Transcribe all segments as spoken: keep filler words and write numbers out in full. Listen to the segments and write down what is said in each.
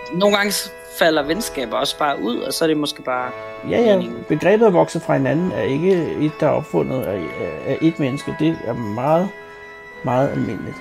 nogle gange falder venskaber også bare ud, og så er det måske bare... Ja, ja, begrebet at vokse fra hinanden er ikke et, der er opfundet af, af et menneske. Det er meget, meget almindeligt.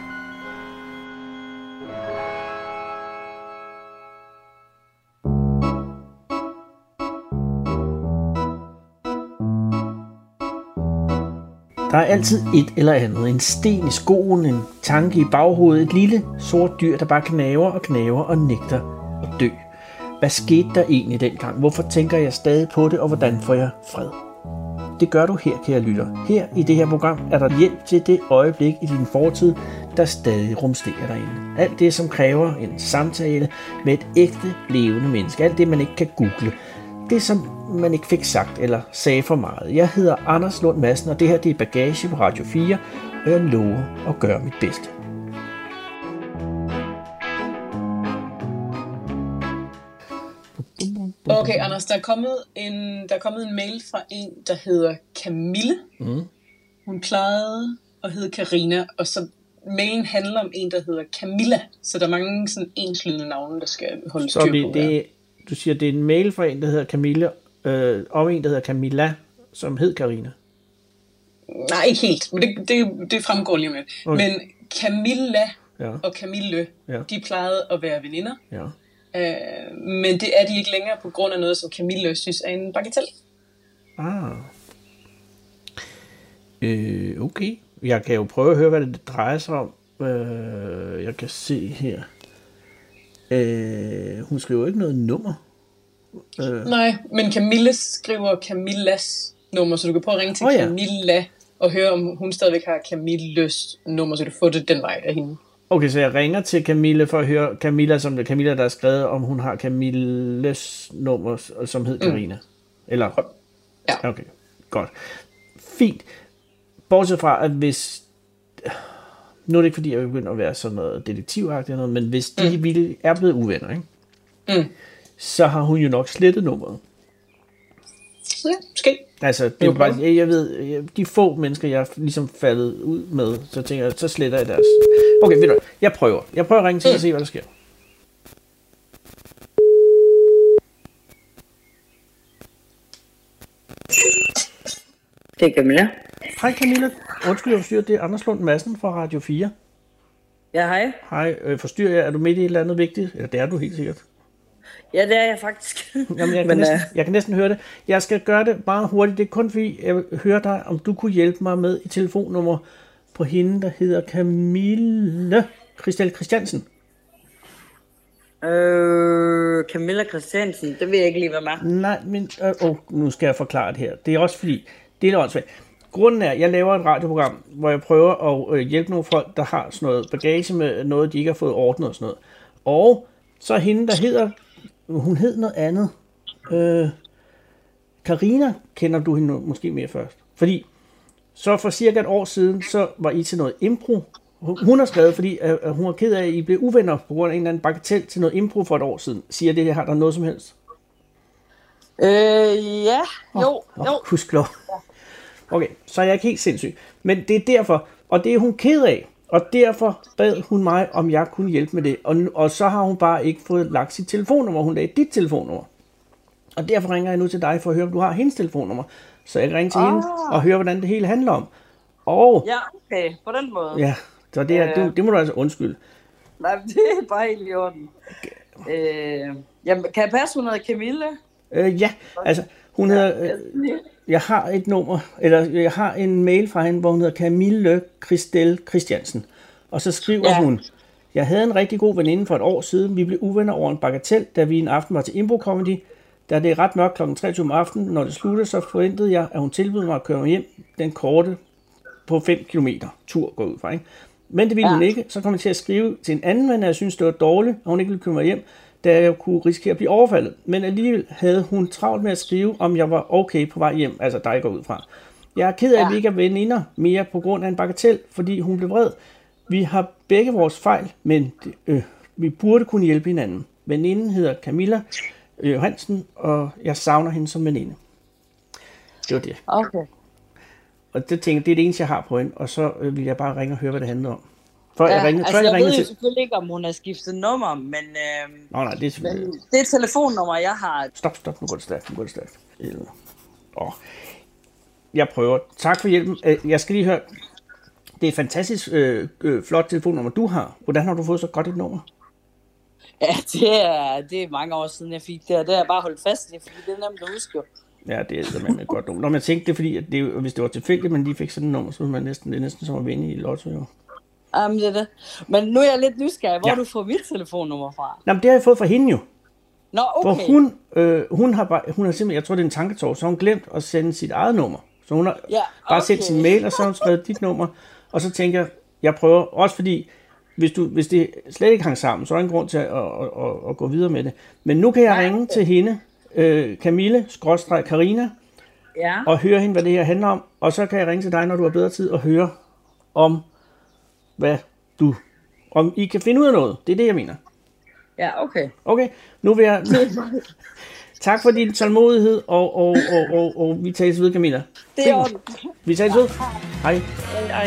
Der er altid et eller andet. En sten i skoen, en tanke i baghovedet, et lille sort dyr, der bare knaver og knaver og nægter at dø. Hvad skete der egentlig dengang? Hvorfor tænker jeg stadig på det, og hvordan får jeg fred? Det gør du her, kære lytter. Her i det her program er der hjælp til det øjeblik i din fortid, der stadig rumsterer derinde. Alt det, som kræver en samtale med et ægte, levende menneske. Alt det, man ikke kan google. Det, som man ikke fik sagt eller sagde for meget. Jeg hedder Anders Lund Madsen, og det her det er Bagage på Radio fire, og jeg lover at gøre mit bedste. Okay, Anders, der er kommet en, der er kommet en mail fra en, der hedder Camille. Mm. Hun plejede at hedde Karina, og så mailen handler om en, der hedder Camilla. Så der er mange sådan enslydende navne, der skal holde styr på. Det, det, du siger, det er en mail fra en, der hedder Camilla, øh, og en, der hedder Camilla, som hed Karina. Nej, ikke helt, men det, det, det fremgår lige om lidt. Okay. Men Camilla ja. og Camille, ja. de plejede at være veninder. Ja. Øh, men det er de ikke længere på grund af noget, som Camille synes er en bagatel. Ah. Øh, okay. Jeg kan jo prøve at høre, hvad det drejer sig om. Øh, jeg kan se her. Øh, hun skriver ikke noget nummer. Øh. Nej, men Camille skriver Camillas nummer, så du kan prøve at ringe til oh, ja. Camilla og høre, om hun stadigvæk har Camilles nummer, så du får det den vej af hende. Okay, så jeg ringer til Camille for at høre Camilla, som det Camilla, der har skrevet, om hun har Camilles nummer, som hed Karina. Mm. Eller? Ja. Okay, godt. Fint. Bortset fra, at hvis... Nu er det ikke, fordi jeg begynder at være sådan noget detektivagtigt eller noget, men hvis de mm. ville, er blevet uvenner, ikke? Mm. Så har hun jo nok slettet nummeret. Ja, måske. Altså, det er bare, jeg, jeg ved, de få mennesker, jeg ligesom faldet ud med, så tænker jeg, så sletter jeg deres... Okay, ved du, jeg prøver. Jeg prøver at ringe til mm. og se, hvad der sker. Det er Camilla. Hej Camilla. Undskyld, jeg forstyrrer. Det er Anders Lund Madsen fra Radio fire. Ja, hej. Hej. Øh, forstyrrer jeg? Er du midt i et eller andet vigtigt? Eller det er du helt sikkert. Ja, det er jeg faktisk. Jamen, jeg, kan Men, næsten, jeg kan næsten høre det. Jeg skal gøre det meget hurtigt. Det er kun fordi, jeg vil høre dig, om du kunne hjælpe mig med et telefonnummer på hende, der hedder Camille Christel Christiansen. Øh, Camilla Christiansen, det vil jeg ikke lige være med. Nej, men øh, oh, nu skal jeg forklare det her. Det er også fordi, det er lidt åndssvagt. Grunden er, at jeg laver et radioprogram, hvor jeg prøver at øh, hjælpe nogle folk, der har sådan noget bagage med noget, de ikke har fået ordnet og sådan noget. Og så er hende, der hedder, hun hed noget andet. Øh, Karina, kender du hende måske mere først? Fordi, så for cirka et år siden, så var I til noget impro. Hun har skrevet, fordi at hun er ked af, at I blev uvenner på grund af en eller anden bagatel til noget impro for et år siden. Siger det her, har der noget som helst? Øh, ja, jo, oh, oh, jo. Husk lov. Okay, så er jeg ikke helt sindssyg. Men det er derfor, og det er hun ked af, og derfor bad hun mig, om jeg kunne hjælpe med det. Og, og så har hun bare ikke fået lagt sit telefonnummer. Hun lagde dit telefonnummer. Og derfor ringer jeg nu til dig for at høre, om du har hendes telefonnummer. Så jeg kan ringe til oh. hende og høre, hvordan det hele handler om. Og, ja, okay, på den måde. Ja, så det, er, øh, du, det må du altså undskylde. Nej, det er bare helt i orden. Okay. Øh, jamen, kan jeg passe, hun hedder Camille? Øh, ja, altså, hun hedder... Øh, jeg har et nummer, eller jeg har en mail fra hende, hvor hun hedder Camille Christel Christiansen. Og så skriver ja. hun, jeg havde en rigtig god veninde for et år siden. Vi blev uvenner over en bagatel, da vi en aften var til Impro Comedy. Da det er ret mørkt klokken treogtyve om aftenen, når det slutter, så forventede jeg, at hun tilbød mig at køre mig hjem den korte på fem kilometer tur går ud fra, ikke? Men det ville ja. hun ikke. Så kom jeg til at skrive til en anden ven, at jeg synes det var dårligt, at hun ikke ville køre mig hjem, da jeg kunne risikere at blive overfaldet. Men alligevel havde hun travlt med at skrive, om jeg var okay på vej hjem, altså dig går ud fra. Jeg er ked af, at vi ikke er veninder mere på grund af en bagatel, fordi hun blev vred. Vi har begge vores fejl, men øh, vi burde kunne hjælpe hinanden. Veninden hedder Camilla Johansen, og jeg savner hende som veninde. Det var det. Okay. Og det tænker det er det eneste, jeg har på hende, og så vil jeg bare ringe og høre, hvad det handler om. Før ja, jeg ringede, altså før jeg, jeg ringede ved jo til... selvfølgelig ikke, om hun har skiftet nummer, men, øh, Nå, nej, det er selvfølgelig... men det telefonnummer, jeg har... Stop, stop, nu går det stærkt, nu går det stærkt. Åh. Jeg prøver. Tak for hjælpen. Jeg skal lige høre, det er et fantastisk øh, øh, flot telefonnummer, du har. Hvordan har du fået så godt et nummer? Ja, det er, det er mange år siden, jeg fik det, og det har jeg bare holdt fast i, fordi det er nemt at huske. Ja, det er simpelthen et godt nummer. Når man tænkte det, fordi at det, hvis det var tilfældigt, men de fik sådan et nummer, så var man næsten, det er næsten som at vinde i lotto, jo. Jamen, det er det. Men nu er jeg lidt nysgerrig, hvor Ja. du får mit telefonnummer fra. Nå, men det har jeg fået fra hende jo. Nå, okay. For hun, øh, hun, har bare, hun har simpelthen, jeg tror det er en tanketår, så har hun glemt at sende sit eget nummer. Så hun har Ja, bare okay. sendt sin mail, og så har hun skrevet dit nummer. Og så tænker jeg, jeg prøver, også fordi, hvis, du, hvis det slet ikke hang sammen, så er der ingen grund til at, at, at, at gå videre med det. Men nu kan jeg Nej, ringe okay. til hende, øh, Camille, skråstreg Karina, Ja. og høre hende, hvad det her handler om. Og så kan jeg ringe til dig, når du har bedre tid, og høre om, hvad du, om I kan finde ud af noget. Det er det, jeg mener. Ja, okay. Okay, nu vil jeg... Tak for din tålmodighed, og, og, og, og, og vi tales ved, Camilla. Det er ordentligt. Vi tales ved. Hej. Ej.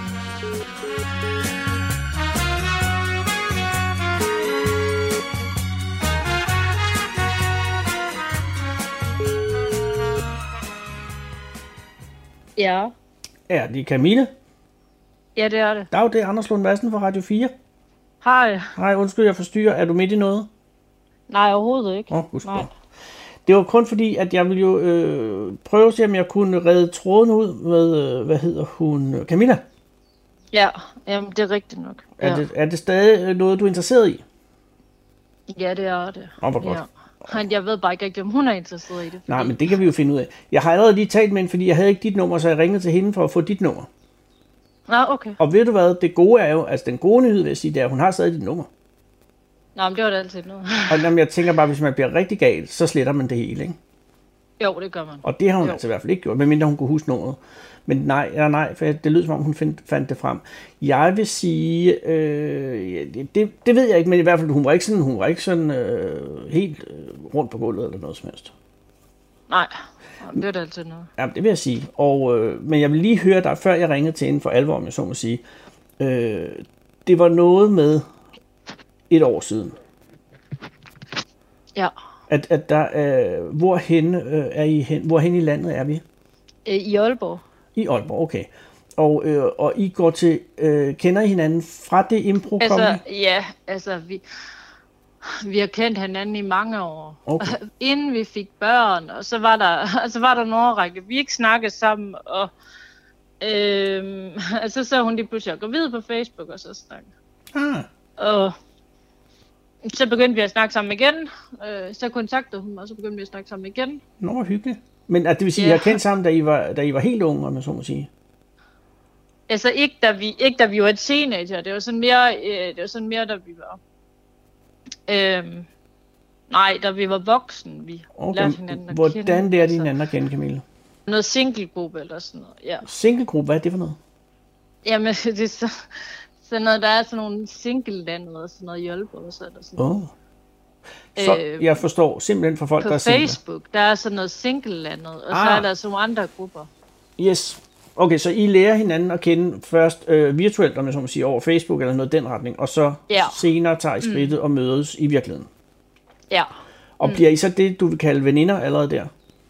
Ja. Ja, det er Camille. Ja, det er det. Dag, det er Anders Lund Madsen fra Radio fire. Hej. Hej, undskyld, jeg forstyrrer. Er du midt i noget? Nej, overhovedet ikke. Åh, oh, husk Nej. Det var kun fordi, at jeg ville jo øh, prøve at se, om jeg kunne redde tråden ud med, øh, hvad hedder hun, Camilla. Ja, jamen, det er rigtigt nok. Ja, Er, det, er det stadig noget, du er interesseret i? ja det er det. Åh, hvor godt. Ja. Men jeg ved bare ikke rigtig, om hun er interesseret i det. Fordi... Nej, men det kan vi jo finde ud af. Jeg har allerede lige talt med hende, fordi jeg havde ikke dit nummer, så jeg ringede til hende for at få dit nummer. Nå, okay. Og ved du hvad, det gode er jo, altså den gode nyhed vil jeg sige, det er, at hun har stadig dit nummer. Nå, men det var da altid noget. Og jamen, jeg tænker bare, hvis man bliver rigtig gal, så sletter man det hele, ikke? Jo, det gør man. Og det har hun Jo. altså i hvert fald ikke gjort, medmindre hun kunne huske nummeret. Men nej, ja, nej, for det lød som om, hun find, fandt det frem. Jeg vil sige, øh, det, det ved jeg ikke, men i hvert fald, hun var ikke sådan, hun var ikke sådan øh, helt øh, rundt på gulvet eller noget som helst. Nej, jamen, det er da altid noget. Ja, det vil jeg sige. Og, øh, men jeg vil lige høre dig, før jeg ringede til hende for alvor, om jeg så må sige. Øh, det var noget med et år siden. Ja. At, at der, øh, hvorhen, øh, er I hen, hvorhen i landet er vi? Øh, I Aalborg. I Aalborg, okay. Og, øh, og I går til, øh, kender I hinanden fra det impro Altså, ja, altså, vi, vi har kendt hinanden i mange år. Okay. Inden vi fik børn, og så var der, altså, var der en årrække, vi ikke snakkede sammen, og øh, altså, så hun lige pludselig at gå videre på Facebook, og så snakke. Ah, Og så begyndte vi at snakke sammen igen, øh, så kontaktede hun mig, og så begyndte vi at snakke sammen igen. nå, hvor hyggeligt. Men at det vil sige, at Ja. I har kendt sammen, da I var, da I var helt unge, om man så må sige. Altså ikke da vi, ikke da vi var teenager, det var sådan mere, øh, det var sådan mere da vi var, øh, nej, da vi var voksne, vi Okay. lærte hinanden at Hvordan kende. lærte I hinanden at kende, Camille? Noget singlegruppe eller sådan noget, ja. Singlegruppe, hvad er det for noget? Jamen, det er så, sådan noget, der er sådan nogle single-landet og sådan noget i Aalborg og sådan noget. Åh. Oh. Så Øh, jeg forstår simpelthen for folk, På der er single. Facebook, der er sådan noget single-landet, og så Ah. er der sådan nogle andre grupper. Yes. Okay, så I lærer hinanden at kende først øh, virtuelt, om jeg så må sige, over Facebook eller noget i den retning, og så Ja. senere tager I skridtet mm. og mødes i virkeligheden. Ja. Og mm. bliver I så det, du vil kalde veninder allerede der?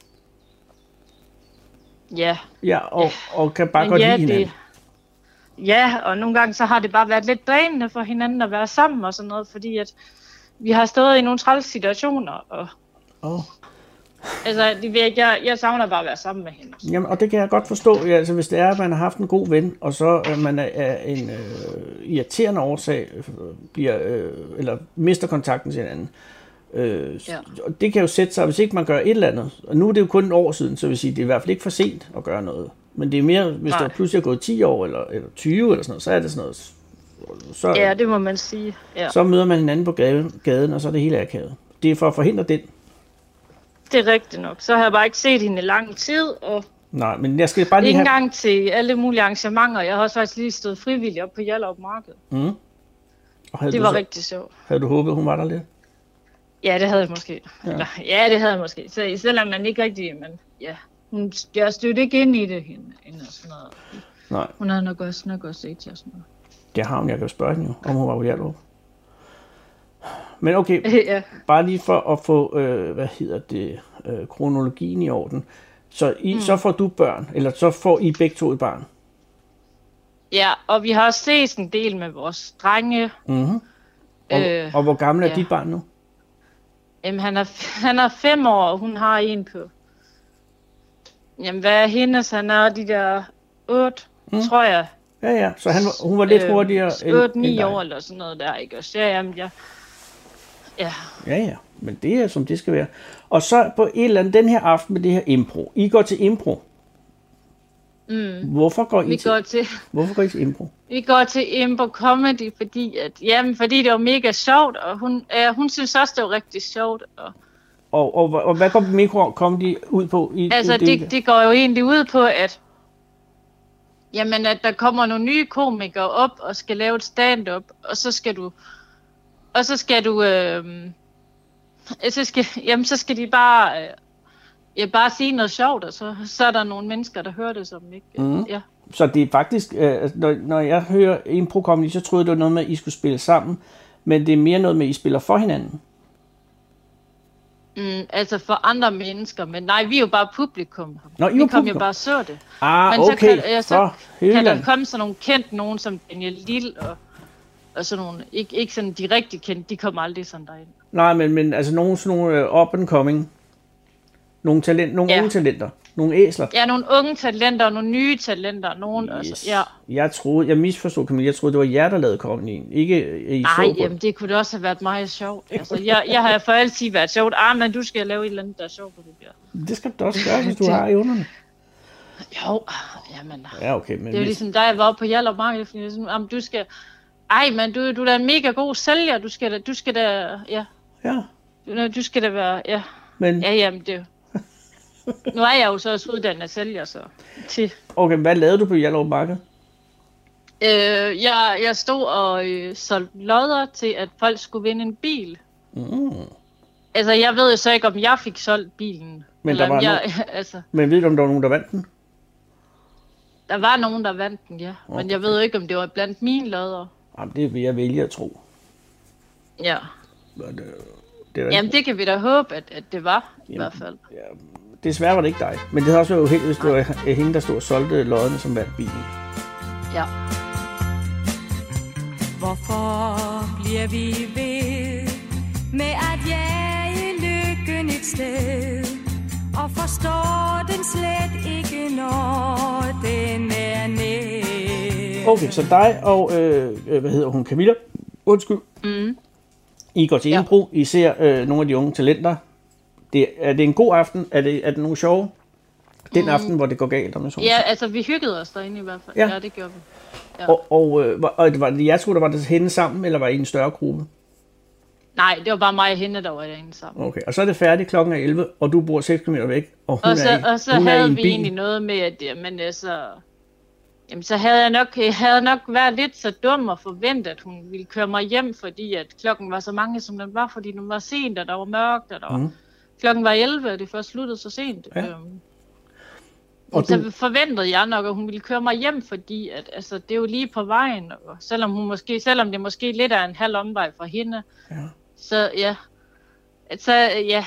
Ja. Ja, og, og kan bare Men godt ja, lide hinanden? det, ja, og nogle gange så har det bare været lidt drænende for hinanden at være sammen og sådan noget, fordi at vi har stået i nogle træls situationer, og Oh. altså, det ved jeg, jeg, jeg savner bare at være sammen med hende. Jamen, og det kan jeg godt forstå. Ja, altså, hvis det er, at man har haft en god ven, og så øh, man er, er en øh, irriterende årsag, øh, bliver, øh, eller mister kontakten til hinanden. Øh, Ja. og det kan jo sætte sig, hvis ikke man gør et eller andet. Og nu er det jo kun et år siden, så vil sige, det er i hvert fald ikke for sent at gøre noget. Men det er mere, hvis Nej. der pludselig er gået ti år, eller, eller tyve, eller sådan noget, så er det sådan noget. Så, Ja, det må man sige. Ja. så møder man hinanden på gaden, gaden, og så er det hele akavet. Det er for at forhindre den. Det er rigtigt nok. Så har jeg bare ikke set hende i lang tid, og Nej, men jeg skal bare lige ikke have... engang til alle mulige arrangementer. Jeg har også faktisk lige stået frivillig op på Hjallerup Marked. Mm. Og havde Det du var så, rigtig sjovt. havde du håbet, hun var der lidt? Ja, det havde jeg måske. Ja. Ja, ja det havde jeg måske. Så selvom man ikke rigtig, men ja. Hun, jeg stødte ikke ind i det, hende, hende og sådan noget. Nej. Hun havde nok også, nok også set til og sådan noget. Det har hun, jeg kan jo spørge hende jo, om hun var på Hjallerup. Men okay, ja. Bare lige for at få, øh, hvad hedder det, øh, kronologien i orden. Så, I, mm. så får du børn, eller så får I begge to et barn? Ja, og vi har også set en del med vores drenge. Mm-hmm. Og, øh, og hvor gammel er ja. dit barn nu? Jamen, han er, han er fem år, og hun har en på. Jamen, hvad er hendes? Han er de der otte, mm. tror jeg. Ja, ja, så han, hun var lidt øh, hurtigere end otte ni år eller sådan noget der, ikke? Og så, jamen, ja. Ja. Ja, ja, men det er som det skal være. Og så på et eller andet, den her aften med det her impro. I går til impro. Mm. Hvorfor går I vi til, går til hvorfor går I til impro? Vi går til impro comedy, fordi at, jamen, fordi det var mega sjovt, og hun, øh, hun synes også, det var rigtig sjovt. Og, og, og, og hvad går impro comedy ud på? I, altså, det, det, det går jo egentlig ud på, at jamen, at der kommer nogle nye komikere op og skal lave et stand-up, og så skal du og så skal du øh, så skal jamen så skal de bare øh, ja, bare sige noget sjovt, og så så er der nogle mennesker der hører det, som ikke mm. ja. Så det er faktisk øh, når når jeg hører impro comedy, så troede jeg det var noget med at I skulle spille sammen, men det er mere noget med at I spiller for hinanden. Mm, altså for andre mennesker, men nej, vi er jo bare publikum. Nå, vi kom publikum. jo bare og så det. Ah, men okay. så kan, ja, så kan der der komme sådan nogle kendt nogen som Daniel Lille og, og sådan nogle, ikke, ikke sådan de rigtig kendt, de kommer aldrig sådan derind. Nej, men, men altså nogle sådan nogle uh, up and coming, nogle talent, nogle ja. unge talenter, nogle æsler. Ja, nogle unge talenter og nogle nye talenter, nogen yes. altså, ja. Jeg troede, jeg misforstod Camilla, jeg troede det var jer der lavede comedyen, ikke I nej, så på jamen det kunne da også have været meget sjovt. Altså jeg jeg har for altid været sjovt. Ah, men du skal lave et eller andet der er sjovt på det der. Det skal du også gøre, hvis du har i underne. Jo, jamen. Ja, okay, men det er jo ligesom dig, jeg var oppe på Hjallerup Marked, fordi jamen, du skal ej, men du du er da en mega god sælger. Du skal da du skal da ja. Ja. Du, du skal da være ja. Men ja, jamen det. Nu er jeg jo så også uddannet sælger, så til. Okay, hvad lavede du på Hjallerup Marked? Øh, jeg, jeg stod og øh, solgte lodder til, at folk skulle vinde en bil. Mm. Altså, jeg ved jo så ikke, om jeg fik solgt bilen. Men, der var jeg, no- altså, men ved du, om der var nogen, der vandt den? Der var nogen, der vandt den, ja. Okay. Men jeg ved jo ikke, om det var blandt mine lodder. Jamen, det vil jeg vælge at tro. Ja. Det, det Jamen, det kan vi da håbe, at, at det var, jamen, i hvert fald. Ja, desværre var det ikke dig. Men det havde også været uheldigt, hvis det var hende, der stod og solgte lodderne, som vandt bilen. Ja. Hvorfor bliver vi ved med at jage lykken et sted og forstår den slet ikke, når den er nær? Okay, så dig og, øh, hvad hedder hun, Camilla, undskyld, mm. I går til ja. impro, I ser øh, nogle af de unge talenter. Det, er det en god aften? Er det, er det nogle sjove? Den mm. aften, hvor det går galt? Om ja, altså vi hyggede os derinde i hvert fald. Ja, ja det gjorde vi. Ja. Og, og, øh, og var det jeg tror, der var det hende sammen, eller var I en større gruppe? Nej, det var bare mig og hende, der var derinde sammen. Okay, og så er det færdigt klokken er elleve, og du bor seks kilometer væk, og hun og så, er i, og så hun havde er i en vi bil. egentlig noget med, at men altså, jamen, så havde jeg nok, jeg havde nok været lidt så dum og forventet, at hun ville køre mig hjem, fordi at klokken var så mange, som den var, fordi den var sent, og der var mørkt, og der var, mm. klokken var elleve, og det først sluttede så sent. Ja. Øhm, og så du... forventede jeg nok, at hun ville køre mig hjem, fordi at, altså, det er jo lige på vejen, og selvom, hun måske, selvom det måske lidt er en halv omvej fra hende, ja. så ja, så ja,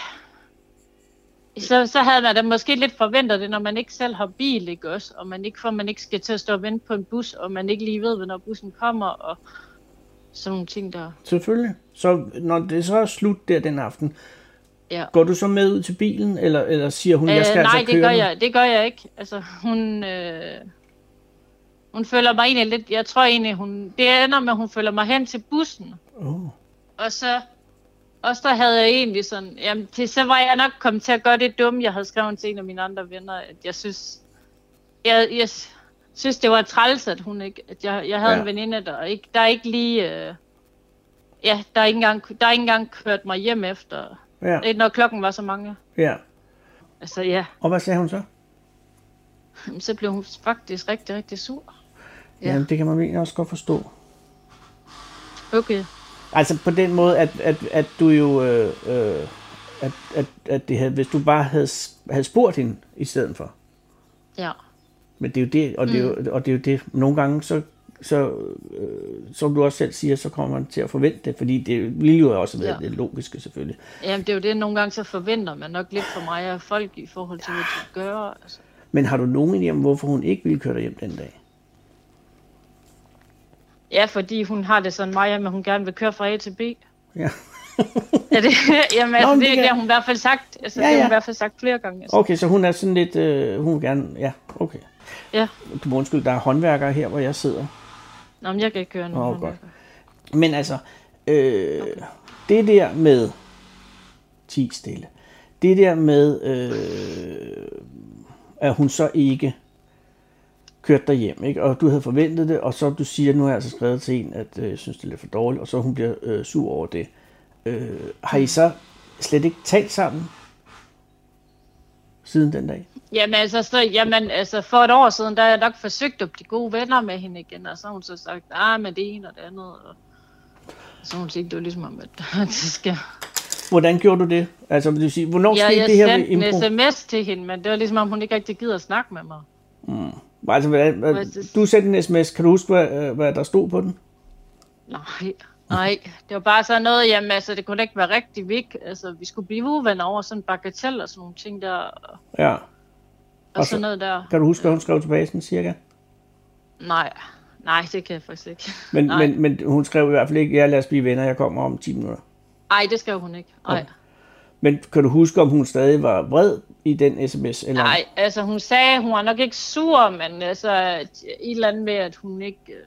så, så havde man da måske lidt forventet det, når man ikke selv har bil, ikke også, og man ikke, for man ikke skal til at stå og vente på en bus, og man ikke lige ved, hvornår bussen kommer, og sådan nogle ting der. Selvfølgelig. Så når det så er slut der den aften, ja. Går du så med ud til bilen, eller, eller siger hun, øh, jeg skal nej, altså køre? Nej, det gør jeg, det gør jeg ikke. Altså, hun, øh, hun følger mig egentlig lidt, jeg tror egentlig, hun, det ender med, at hun følger mig hen til bussen. Oh. Og så, og så havde jeg egentlig sådan, jamen, til, så var jeg nok kommet til at gøre det dumme, jeg havde skrevet til en af mine andre venner, at jeg synes, jeg, jeg synes, det var træls, at hun ikke, at jeg, jeg havde ja. en veninde, der ikke, der ikke lige, øh, ja, der ikke engang, der ikke engang kørt mig hjem efter, ja. når klokken var så mange. Ja. Altså, ja. Og hvad sagde hun så? Så blev hun faktisk rigtig, rigtig sur. Ja. Jamen, det kan man egentlig også godt forstå. Okay. Altså på den måde, at, at, at du jo, øh, øh, at, at, at det havde, hvis du bare havde, havde spurgt hende i stedet for. Ja. Men det er jo det, og det, mm. er jo, og det er jo det, nogle gange så så øh, som du også selv siger, så kommer man til at forvente det, fordi det ville jo også være ja. det logiske selvfølgelig. Jamen det er jo det, nogle gange så forventer man nok lidt for mig af folk i forhold til, hvad de gør. Altså. Men har du nogen idé om, hvorfor hun ikke ville køre dig hjem den dag? Ja, fordi hun har det sådan meget, at hun gerne vil køre fra A til B. Ja. Ja, det, jamen, altså, Nå, det, det, det har hun i hvert fald sagt. Altså, ja, ja. Det har hun i hvert fald sagt flere gange. Altså. Okay, så hun er sådan lidt, øh, hun vil gerne, ja, okay. Ja. Du må undskylde, der er håndværkere her, hvor jeg sidder. Nå, men jeg kan ikke køre nogen Åh, godt. Men altså, øh, okay. det der med, ti stille, det der med, øh, at hun så ikke kørte dig hjem, ikke? Og du havde forventet det, og så du siger, nu har jeg altså skrevet til en, at øh, jeg synes, det er lidt for dårligt, og så hun bliver øh, sur over det. Øh, har I så slet ikke talt sammen siden den dag? Jamen altså, så, jamen altså, for et år siden, der har jeg nok forsøgt at blive gode venner med hende igen, og så har hun så sagt, ah, men det ene og det andet, og så har hun sagt, det var ligesom om, at det skal... Hvordan gjorde du det? Altså, vil du sige, hvornår ja, skete det her med impro? Jeg sendte en sms til hende, men det var ligesom om, hun ikke rigtig gider at snakke med mig. Mm. Altså, hvad, hvad, du sendte en sms, kan du huske, hvad, hvad der stod på den? Nej, nej, det var bare sådan noget, jamen altså, det kunne ikke være rigtig vigtigt, altså, vi skulle blive uvenner over sådan en bagatel og sådan nogle ting der, og, ja. og, og sådan noget der. Kan du huske, hvad hun skrev tilbage sådan cirka? Nej, nej, det kan jeg faktisk ikke. Men, men, men hun skrev i hvert fald ikke, ja, lad os blive venner, jeg kommer om ti minutter. Nej, det skrev hun ikke, nej. Okay. Men kan du huske, om hun stadig var vred i den sms? Eller? Nej, altså hun sagde, hun var nok ikke sur, men altså et eller andet med, at hun ikke øh,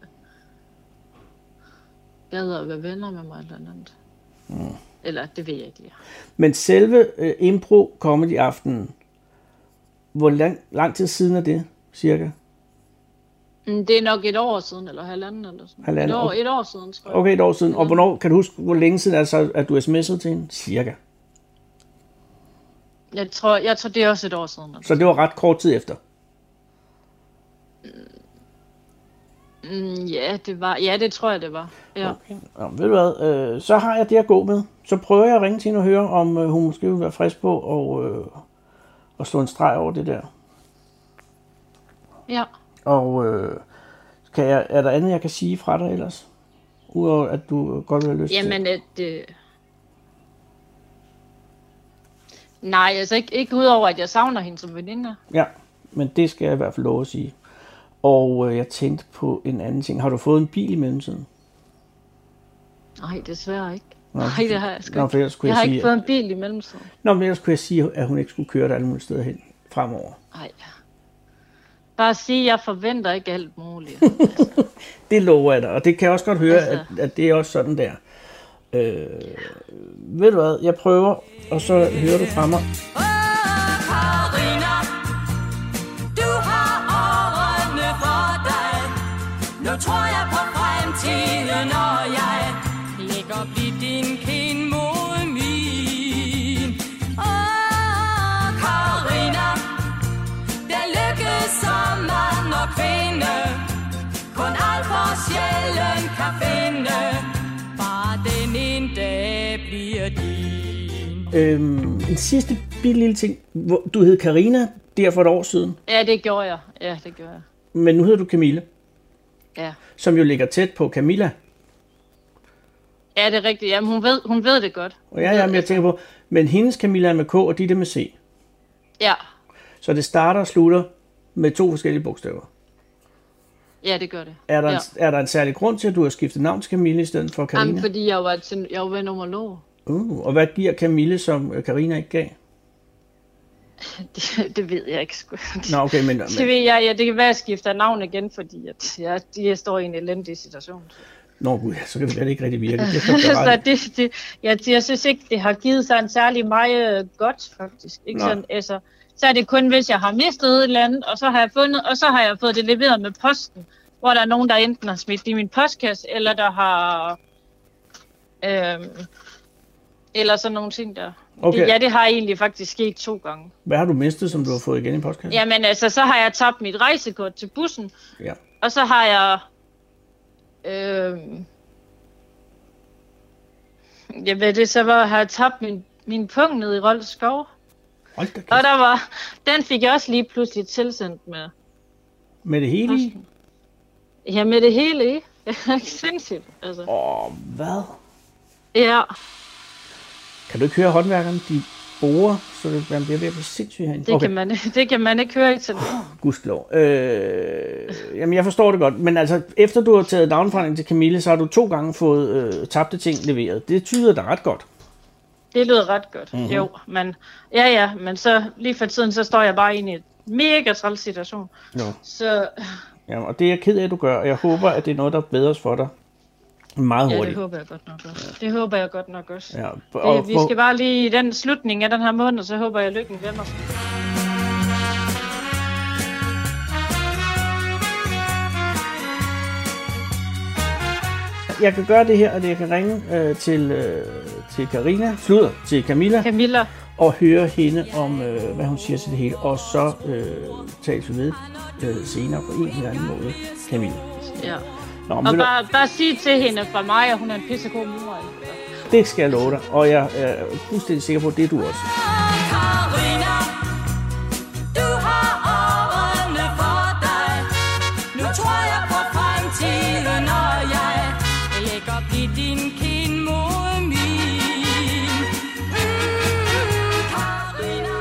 gad at være venner med mig eller andet. Mm. Eller det ved jeg ikke lige. Men selve øh, impro comedy aftenen, hvor lang, lang tid siden er det, cirka? Mm, det er nok et år siden, eller halvanden eller sådan. Halvanden. Et år, et år siden, tror jeg. Okay, et år siden. Og hvornår, kan du huske, hvor længe siden er så, at du sms'ede til hende? Cirka. Jeg tror, jeg tror, det er også et år siden. Altså. Så det var ret kort tid efter? Mm, ja, det var, ja, det tror jeg, det var. Ja. Okay. Ja, ved du hvad, øh, så har jeg det at gå med. Så prøver jeg at ringe til hende og høre, om øh, hun måske vil være frisk på og, øh, og slå en streg over det der. Ja. Og øh, kan jeg, er der andet, jeg kan sige fra dig ellers? Udover at du godt vil have lyst Jamen, til? Jamen, at... Øh... Nej, altså ikke, ikke udover, at jeg savner hende som veninde. Ja, men det skal jeg i hvert fald love at sige. Og øh, jeg tænkte på en anden ting. Har du fået en bil i mellemtiden? Nej, desværre ikke. Nå, Nej, det har jeg sgu Nå, ikke. Jeg, jeg har sige, ikke fået en bil i mellemtiden. Nå, men ellers kunne jeg sige, at hun ikke skulle køre dig alle mulige steder hen fremover. Nej. Bare sige, at jeg forventer ikke alt muligt. Altså. Det lover jeg dig, og det kan jeg også godt høre, altså. at, at det er også sådan der. Øh, ved du hvad, jeg prøver, og så hører du fra mig. Åh, Karina, du har årene for dig. Nu tror jeg på fremtiden, og jeg lægger blidt din kind mod min. Åh, Karina, der lykkes som mand og kvinde, kun alt for sjældent kan finde. Den en dag bliver din. Øhm, en sidste bitte lille ting. Du hed Karina der for et år siden. Ja, det gjorde jeg. Ja, det gjorde jeg. Men nu hedder du Camille. Ja. Som jo ligger tæt på Camilla. Ja, det er rigtigt. Jamen, hun ved, hun ved det godt. Og ja, ja, men jeg tænker på, men hendes Camilla er med K, og dit er med C. Ja. Så det starter og slutter med to forskellige bogstaver. Ja, det gør det. Er der, ja. en, er der en særlig grund til, at du har skiftet navn til Camille i stedet for Karina? Jamen, fordi jeg var, til, jeg var ved numerolog. Uh, og hvad giver Camille, som Karina ikke gav? Det, det ved jeg ikke sgu. Nå, okay, men... Det ved jeg, ja, det kan være, at jeg skifter navn igen, fordi at jeg, jeg står i en elendig situation. Nå gud, så kan det være, det ikke rigtig virke. Det så det, det, jeg, jeg synes ikke, det har givet sig en særlig meget godt, faktisk. Ikke sådan, altså, så er det kun, hvis jeg har mistet et eller andet, og så har jeg fundet, og så har jeg fået det leveret med posten, hvor der er nogen, der enten har smidt i min postkasse, eller der har... Øhm, eller sådan nogle ting der. Okay. Det, ja, det har egentlig faktisk sket to gange. Hvad har du mistet, som du har fået igen i postkassen? Jamen altså, så har jeg tabt mit rejsekort til bussen. Ja. Og så har jeg... Øhm, jeg ved det, så var, har jeg tabt min, min pung ned i Rold Skov. Hold da, og der var... Den fik jeg også lige pludselig tilsendt med... Med det hele i? Ja, med det hele i. Det er ikke sindssygt, altså. Åh, hvad? Ja. Kan du ikke høre håndværkerne? De borer, så det bliver ved at blive sindssygt herinde. Det, okay. kan man, det kan man ikke høre i telefonen. Gudskelov. Øh, jamen, jeg forstår det godt. Men altså, efter du har taget navneforandring til Camille, så har du to gange fået øh, tabte ting leveret. Det tyder da ret godt. Det lyder ret godt, mm-hmm. jo. Men, ja, ja, men så lige for tiden, så står jeg bare inde i en mega træls situation. No. Så... Ja, og det er jeg ked af, at du gør. Og jeg håber, at det er noget, der bedres for dig. Meget hurtigt. Ja, det håber jeg godt nok også. Det håber jeg godt nok også. Ja, og det, vi skal bare lige i den slutning af den her måned, så håber jeg, lykken vender sig. Jeg kan gøre det her, at jeg kan ringe øh, til, øh, til Karina, slutter til Camilla, Camilla, og høre hende om, øh, hvad hun siger til det hele, og så øh, tales vi ved øh, senere på en eller anden måde, Camilla. Ja. Nå, og bare, bare sige til hende fra mig, at hun er en pissegod mor. Det skal jeg love dig, og jeg er fuldstændig sikker på, at det er du også. Karina, du har årene for dig. Nu tror jeg på fremtiden, og jeg lægger blive din kind mod min. Mm, Karina.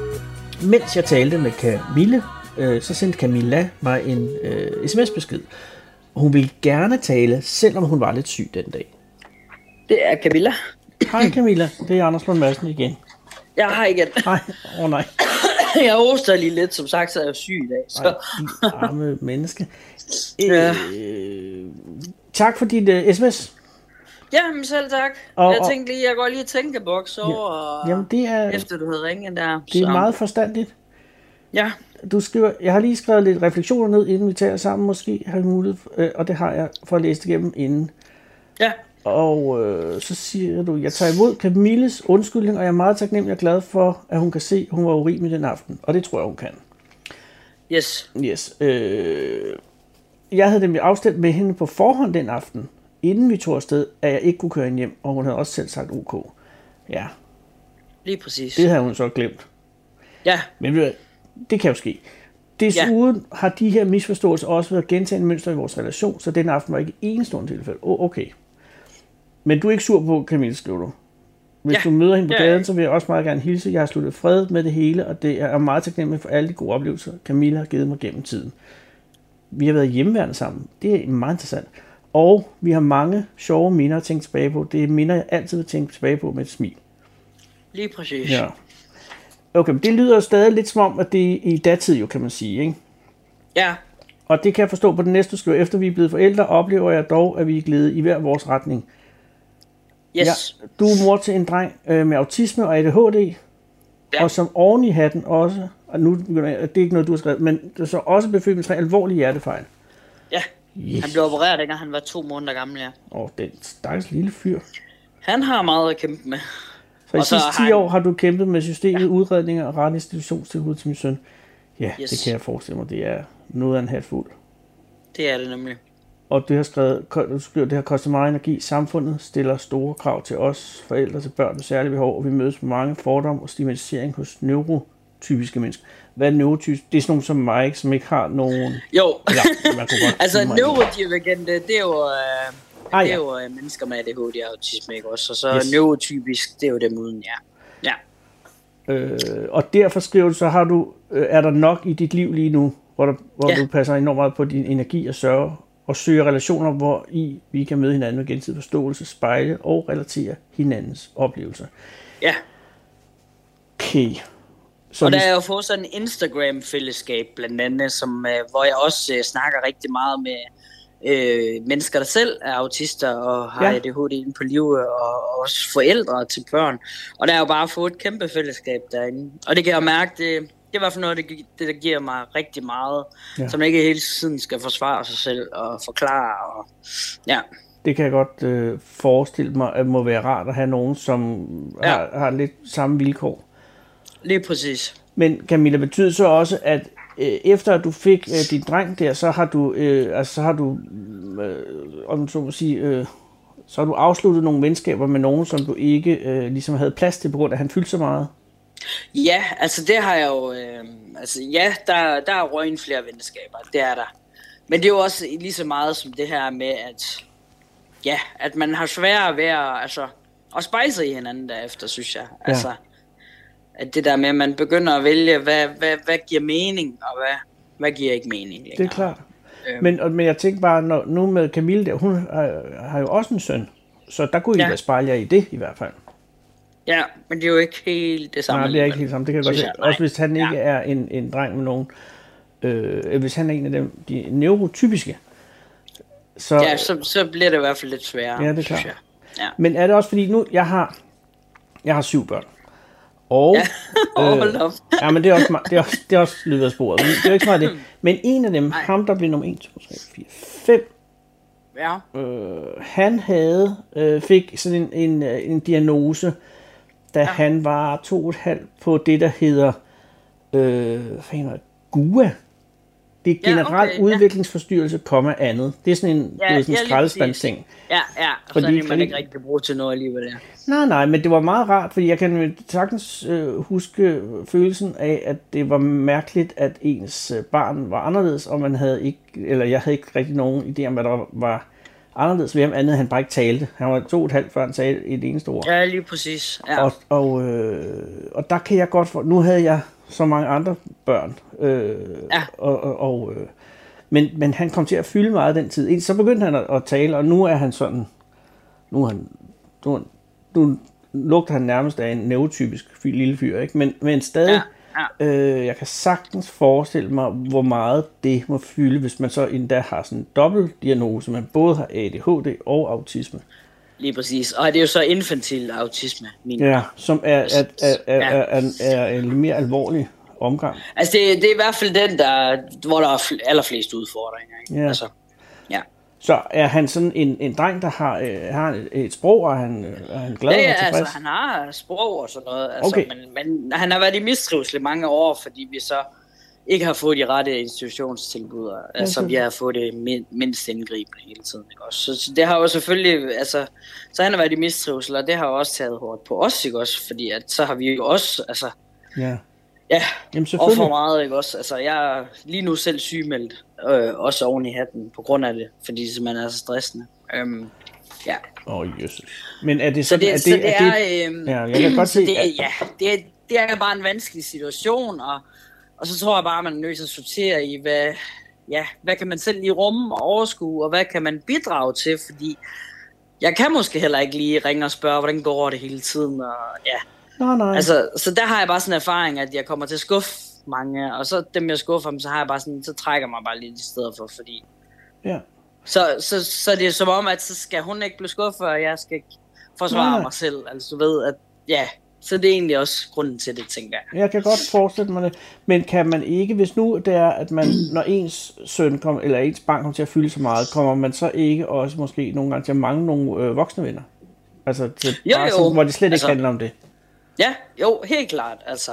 Mens jeg talte med Camille, øh, så sendte Camilla mig en øh, sms-besked. Hun ville gerne tale, selvom hun var lidt syg den dag. Det er Camilla. Hej Camilla, det er Anders Lund Madsen igen. Jeg har igen. Hej, åh oh, nej. Jeg hoster lige lidt, som sagt, så er jeg syg i dag. Så. Ej, arme menneske. Ja. Øh, tak for dit uh, sms. Ja, men selv tak. Og, jeg tænkte lige, jeg går lige i tænkeboks over, ja, jamen det er, efter du havde ringet der. Det er så. meget forstandigt. Ja. Du skriver, jeg har lige skrevet lidt refleksioner ned, inden vi taler sammen, måske har jeg mulighed, øh, og det har jeg for at læse det igennem inden. Ja. Og øh, så siger du, jeg tager imod Camilles undskyldning, og jeg er meget taknemmelig og glad for, at hun kan se, at hun var urimelig den aften. Og det tror jeg, hun kan. Yes. Yes. Øh, jeg havde nemlig afstemt med hende på forhånd den aften, inden vi tog afsted, at jeg ikke kunne køre hende hjem, og hun havde også selv sagt ok. Ja. Lige præcis. Det havde hun så glemt. Ja. Men det kan jo ske. Desuden ja. har de her misforståelser også været gentagne mønstre i vores relation, så den aften var ikke enestående tilfælde. Oh, okay. Men du er ikke sur på Camille, skriver du. Hvis ja. du møder hende på ja, gaden, så vil jeg også meget gerne hilse. Jeg har sluttet fred med det hele, og det er meget taknemmelig for alle de gode oplevelser, Camille har givet mig gennem tiden. Vi har været hjemmeværende sammen. Det er meget interessant. Og vi har mange sjove minder at tænke tilbage på. Det er minder, jeg altid vil tænke tilbage på med et smil. Lige præcis. Ja. Okay, men det lyder stadig lidt som om, at det er i datid jo, kan man sige, ikke? Ja. Og det kan jeg forstå på den næste skrive. Efter vi er blevet forældre, oplever jeg dog, at vi er glædet i hver vores retning. Yes. Ja, du er mor til en dreng øh, med autisme og A D H D, ja. Og som oven i hatten også, og nu det er ikke noget, du har skrevet, men du er så også befødt med tre alvorlige hjertefejl. Ja, yes. Han blev opereret, dengang han var to måneder gammel, ja. Åh, den stakkels lille fyr. Han har meget at kæmpe med. Så i sidste ti han... år har du kæmpet med systemet, ja. Udredninger og ret institutionstilbud til min søn. Ja, yes. Det kan jeg forestille mig, det er noget af en hatfuld. Det er det nemlig. Og det har skrevet, du skriver, det har kostet meget energi. Samfundet stiller store krav til os, forældre til børn med særlige behov, og vi mødes med mange fordomme og stigmatisering hos neurotypiske mennesker. Hvad er neurotypisk? Det er sådan nogen som mig, ikke, som ikke har nogen... Jo, ja, man kunne godt altså neurotypisk, det er jo, øh, ah, det er ja. jo øh, mennesker med A D H D og autisme, ikke også? Og så yes. neurotypisk, det er jo dem uden, ja. ja. Øh, og derfor skriver du, så har du, øh, er der nok i dit liv lige nu, hvor, der, hvor ja. du passer enormt meget på din energi og sørge, og søger relationer, hvor i vi kan møde hinanden med gensidig forståelse, spejle og relatere hinandens oplevelser. Ja. Okay. Så og der hvis... er jo fået sådan en Instagram-fællesskab blandt andet, som, øh, hvor jeg også øh, snakker rigtig meget med øh, mennesker, der selv er autister og har ja. A D H D inde på livet, og også forældre til børn. Og der er jo bare fået et kæmpe fællesskab derinde. Og det kan jeg mærke, det, det er i hvert fald noget, det, det der giver mig rigtig meget, ja. Som ikke hele tiden skal forsvare sig selv og forklare. Og, ja. Det kan jeg godt øh, forestille mig, at det må være rart at have nogen, som ja. har, har lidt samme vilkår. Lige præcis. Men Camilla, betyder så også, at øh, efter at du fik øh, din dreng der, så har du, øh, altså, så har du, øh, om så må sige, øh, så har du afsluttet nogle venskaber med nogen, som du ikke øh, ligesom havde plads til, på grund af, at han fyldte så meget? Ja, altså det har jeg jo, øh, altså ja, der, der er røgnet flere venskaber, det er der. men det er jo også lige så meget som det her med, at, ja, at man har sværere ved at, altså, at spejle sig i hinanden derefter, synes jeg. Ja. Altså, at det der med, at man begynder at vælge, hvad, hvad, hvad giver mening, og hvad, hvad giver ikke mening længere. Det er klart. Øhm. Men, og, men jeg tænker bare, når, nu med Camille der, hun har, har jo også en søn, så der kunne I ja. da spejle jer i det i hvert fald. Ja, men det er jo ikke helt det samme. Nej, det er ikke helt samme, det kan jeg godt se. Også hvis han ikke ja. er en, en dreng med nogen, øh, hvis han er en af dem, de neurotypiske. Så, ja, så, så bliver det i hvert fald lidt sværere. Ja, det er klart. Ja. Men er det også fordi, nu, jeg har, jeg har syv børn. Og, ja, øh, ja, men det er også, det er også, det er også lidt af sporet. Det er jo ikke så meget det. Men en af dem, Nej. ham der blev nummer en, to, tre, fire, fem, ja. øh, han havde, øh, fik sådan en, en, en diagnose, da ja. han var to og et halvt på det, der hedder, øh, hvad fanden G U A. Det er generelt ja, okay, udviklingsforstyrrelse, komma andet. Det er sådan en, ja, sådan en skraldespandsting. Ja, ja, og fordi, sådan man ikke rigtig kan bruge til noget alligevel. Ja. Nej, nej, men det var meget rart, fordi jeg kan sagtens øh, huske følelsen af, at det var mærkeligt, at ens barn var anderledes, og man havde ikke, eller jeg havde ikke rigtig nogen idé om, hvad der var anderledes ved ham, andet han bare ikke talte. Han var to og et halvt, før han sagde et eneste ord. Ja, lige præcis. Ja. Og, og, øh, og der kan jeg godt for, nu havde jeg så mange andre børn, øh, ja. og, og, og øh, men, men han kom til at fylde meget den tid. Så begyndte han at, at tale, og nu er han sådan, nu, er han, nu, nu lugter han nærmest af en neurotypisk lille fyr, ikke? Men, men stadig, ja. Ja. Øh, jeg kan sagtens forestille mig, hvor meget det må fylde, hvis man så endda har sådan en dobbeltdiagnose, man både har A D H D og autisme. Lige præcis, og det er jo så infantil autisme. Min ja, som er, er, er, er, er, er, er en mere alvorlig omgang. Altså det, det er i hvert fald den, der, hvor der er allerflest udfordringer. Ikke? Ja. Altså, ja. Så er han sådan en, en dreng, der har, øh, har et, et sprog, og han, er han glad ja, ja, og tilfreds? altså han har sprog og sådan noget, altså, okay. men, men han har været i mistrivsel mange år, fordi vi så ikke har fået de rette institutionstilbud, okay. altså vi har fået det mindst indgribende hele tiden. Ikke? Også, så, så det har jo selvfølgelig, altså, så han har været i mistrivsel, og det har jo også taget hårdt på os, ikke også, fordi at, så har vi jo også, altså, ja. Ja, og for meget, ikke også? Altså, jeg er lige nu selv sygemeldt, øh, også oven i hatten, på grund af det, fordi det simpelthen er så stressende. Øhm, ja. Åh, oh, Jesus. Men er det sådan, så det, er det, så det er, er øhm, ja, jeg kan godt se, det, at... ja, det er, det er bare en vanskelig situation, og, og så tror jeg bare, man er nødt til at sortere i, hvad, ja, hvad kan man selv lige rumme og overskue, og hvad kan man bidrage til, fordi jeg kan måske heller ikke lige ringe og spørge, hvordan går det hele tiden, og ja... Nej, nej. Altså, så der har jeg bare sådan en erfaring, at jeg kommer til at skuffe mange, og så dem jeg skuffer dem, så har jeg bare sådan, så trækker mig bare lidt i stedet for, fordi... Ja. Så, så, så det er som om, at så skal hun ikke blive skuffet, og jeg skal ikke forsvare nej. mig selv, altså du ved, at ja, så det er egentlig også grunden til det, tænker jeg. Jeg kan godt forestille mig det, men kan man ikke, hvis nu det er, at man, når ens søn kommer, eller ens barn kommer til at fylde så meget, kommer man så ikke også måske nogle gange til at mangle nogle øh, voksne venner? Altså, til jo, bare jo. Sådan, hvor det slet ikke altså, handler om det. Ja, jo, helt klart, altså.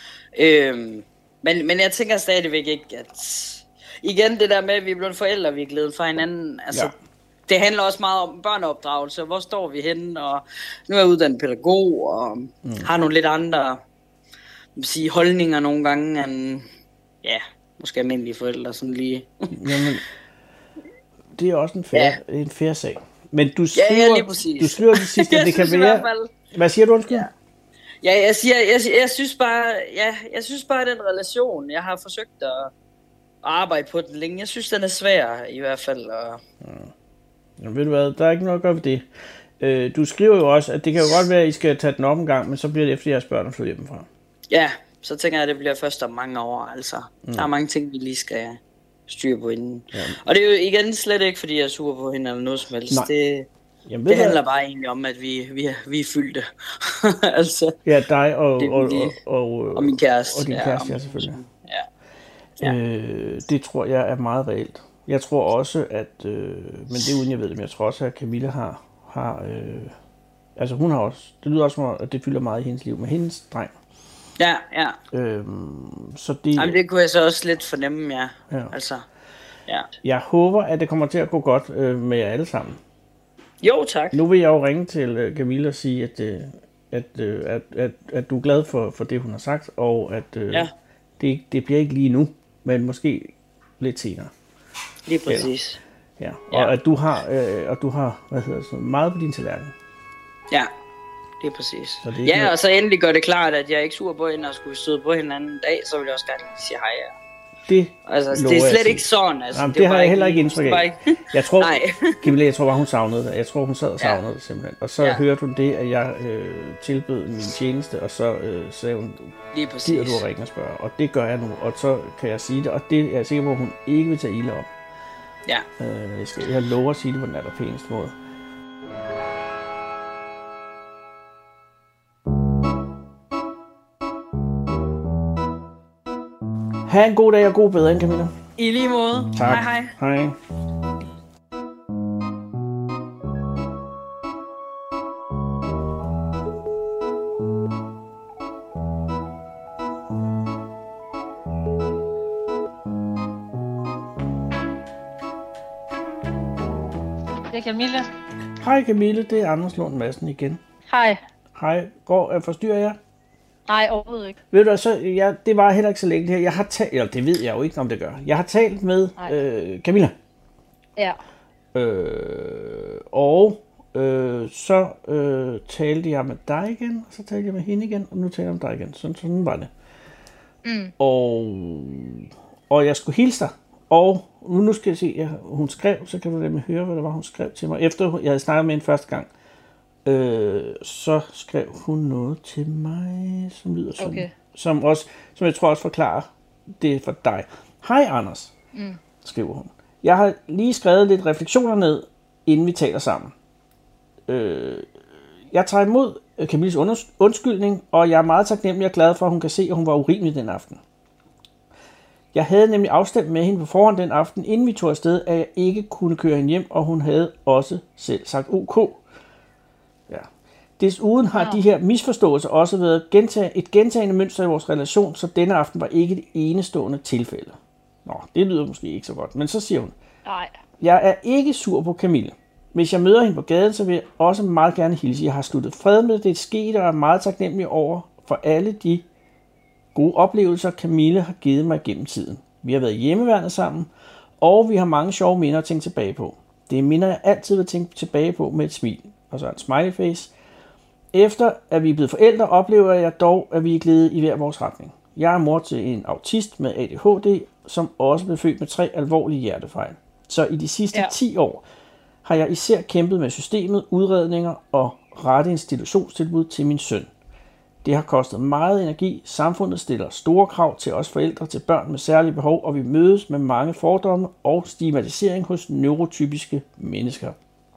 Øhm, men, men jeg tænker stadigvæk ikke, at... Igen, det der med, at vi er blevet forældre, vi er glædet fra hinanden, altså... Ja. Det handler også meget om børneopdragelse, hvor står vi henne, og nu er jeg uddannet pædagog, og mm. har nogle lidt andre sige, holdninger nogle gange, end, ja, måske almindelige forældre, sådan lige. Jamen, det er også en fair, ja. en fair sag. Men du skriver, ja, ja, lige præcis. Du skriver det sidste, at det kan være... Hvad siger du, undskyld? Ja. Ja, jeg siger, jeg, jeg synes bare, ja, jeg synes bare, den relation, jeg har forsøgt at arbejde på den længe, jeg synes, den er svær, i hvert fald. Og... Ja. Jamen, ved du hvad, der er ikke noget at gøre ved det. Øh, du skriver jo også, at det kan jo godt være, at I skal tage den op en gang, men så bliver det efter jeres børn at flytte hjemmefra. Ja, så tænker jeg, at det bliver først om mange år, altså. Mm. Der er mange ting, vi lige skal styre på inden. Ja. Og det er jo igen slet ikke, fordi jeg er sur på hende eller noget som helst. Nej. Det, Jamen, det handler bare egentlig om, at vi, vi, vi er fyldte. altså, ja, dig og, det, og, og, og, og min kæreste. Og din kæreste, ja, ja selvfølgelig. Ja. Ja. Øh, det tror jeg er meget reelt. Jeg tror også, at, øh, men det er uden jeg ved det, men jeg tror også, at Camilla har, har øh, altså hun har også, det lyder også som, at det fylder meget i hendes liv med hendes dreng. Ja, ja. Øhm, så det, Jamen, det kunne jeg så også lidt fornemme, ja. ja. Altså, ja. Jeg håber, at det kommer til at gå godt øh, med jer alle sammen. Jo, tak. Nu vil jeg jo ringe til øh, Camilla og sige, at, øh, at, øh, at, at, at du er glad for, for det, hun har sagt, og at øh, ja. det, det bliver ikke lige nu, men måske lidt senere. Lige præcis. Ja, og ja. at du har, øh, og du har, hvad hedder det, så meget på din tallerken. Ja, det er præcis. Det ja, noget... og så endelig gør det klart, at jeg er ikke sur på hende, og skulle støde på hende en anden dag, så vil jeg også gerne sige hej. Ja. Det, altså, det er slet ikke sådan. Altså, Jamen, det, det har jeg heller ikke indtryk af. Ikke... Jeg tror, Camilla, jeg tror bare, hun savnede det. Jeg tror, hun sad og savnede ja. det simpelthen. Og så ja. hørte hun det, at jeg øh, tilbød min tjeneste, og så øh, sagde hun, gider du at ringe og spørge? Og det gør jeg nu, og så kan jeg sige det, og det er jeg sikker på, at hun ikke vil tage ilde op. Ja. Øh, jeg, skal, jeg lover at sige det på den allerpæneste måde. Ha' en god dag og god bedring, Camilla. I lige måde. Tak. Hej hej. Hej. Det er Camilla. Hej Camille, det er Anders Lund Madsen igen. Hej. Hej. Går, forstyrrer jeg? Nej, overhovedet ikke. Ved du, så, jeg, det var heller ikke så længe det her. Jeg har talt, eller det ved jeg jo ikke, om det gør. Jeg har talt med øh, Camilla. Ja. Øh, og øh, så øh, talte jeg med dig igen, og så talte jeg med hende igen, og nu taler jeg med dig igen. Sådan, sådan var det. Mm. Og, og jeg skulle hilse dig. Og nu, nu skal jeg se, ja, hun skrev, så kan du nemlig høre, hvad det var, hun skrev til mig. Efter jeg havde snakket med hende første gang, øh, så skrev hun noget til mig, som lyder sådan. Okay. Som, også, som jeg tror også forklarer det for dig. Hej Anders, mm. skriver hun. Jeg har lige skrevet lidt refleksioner ned, inden vi taler sammen. Øh, jeg tager imod Camilles undskyldning, og jeg er meget taknemmelig og glad for, at hun kan se, at hun var urimelig den aften. Jeg havde nemlig afstemt med hende på forhånd den aften, inden vi tog afsted, at jeg ikke kunne køre hende hjem, og hun havde også selv sagt ok. Ja. Desuden har ja. de her misforståelser også været gentag- et gentagende mønster i vores relation, så denne aften var ikke det enestående tilfælde. Nå, det lyder måske ikke så godt, men så siger hun, nej. Jeg er ikke sur på Camille. Hvis jeg møder hende på gaden, så vil jeg også meget gerne hilse. Jeg har sluttet fred med det skete, og er meget taknemmelig over for alle de gode oplevelser, Camille har givet mig gennem tiden. Vi har været i hjemmeværnet sammen, og vi har mange sjove minder at tænke tilbage på. Det er minder, jeg altid vil tænke tilbage på med et smil, og så en smiley face. Efter at vi er blevet forældre, oplever jeg dog, at vi er glædet i hver vores retning. Jeg er mor til en autist med A D H D, som også blev født med tre alvorlige hjertefejl. Så i de sidste ja. ti år har jeg især kæmpet med systemet, udredninger og rette institutionstilbud til min søn. Det har kostet meget energi. Samfundet stiller store krav til os forældre til børn med særlige behov, og vi mødes med mange fordomme og stigmatisering hos neurotypiske mennesker.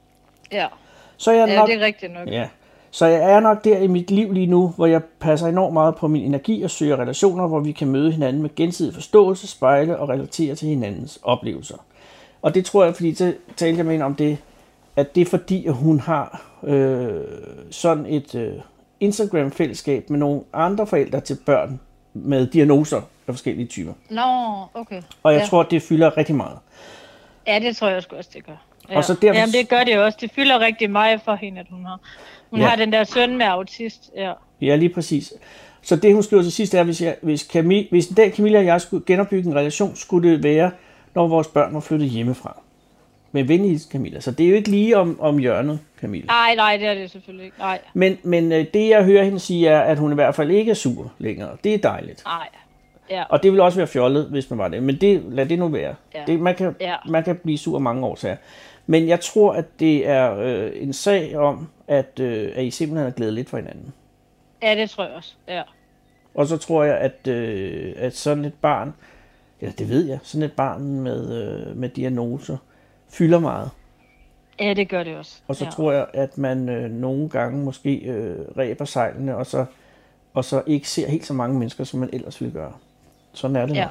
Ja, så jeg er ja nok, det er rigtigt nok. Ja. Så jeg er nok der i mit liv lige nu, hvor jeg passer enormt meget på min energi og søger relationer, hvor vi kan møde hinanden med gensidig forståelse, spejle og relatere til hinandens oplevelser. Og det tror jeg, fordi så talte jeg med hende om det, at det er fordi, at hun har øh, sådan et øh, Instagram-fællesskab med nogle andre forældre til børn med diagnoser af forskellige typer. Nå, okay. Og jeg ja. tror, det fylder rigtig meget. Ja, det tror jeg også, det gør. Ja. Og så derfor... Jamen, det gør det også. Det fylder rigtig meget for hende, at hun har. Hun ja. har den der søn med autist. Ja, ja lige præcis. Så det, hun skriver til sidst, er, hvis, jeg, hvis, Camille, hvis en dag Camilla og jeg skulle genopbygge en relation, skulle det være, når vores børn var flyttet hjemmefra. Med venlig Camilla. Så det er jo ikke lige om, om hjørnet, Camilla. Nej, nej, det er det selvfølgelig ikke. Nej. Men, men det, jeg hører hende sige, er, at hun i hvert fald ikke er sur længere. Det er dejligt. Nej. Ja. Og det ville også være fjollet, hvis man var det. Men det, lad det nu være. Ja. Det, man, kan, ja. man kan blive sur mange årsager. Men jeg tror, at det er øh, en sag om, at, øh, at I simpelthen er glædet lidt for hinanden. Ja, det tror jeg også. Ja. Og så tror jeg, at, øh, at sådan et barn, ja, det ved jeg, sådan et barn med, øh, med diagnoser, fylder meget. Ja, det gør det også. Og så ja. tror jeg, at man øh, nogle gange måske øh, ræber sejlene, og så, og så ikke ser helt så mange mennesker, som man ellers ville gøre. Sådan er det. Ja. Nok.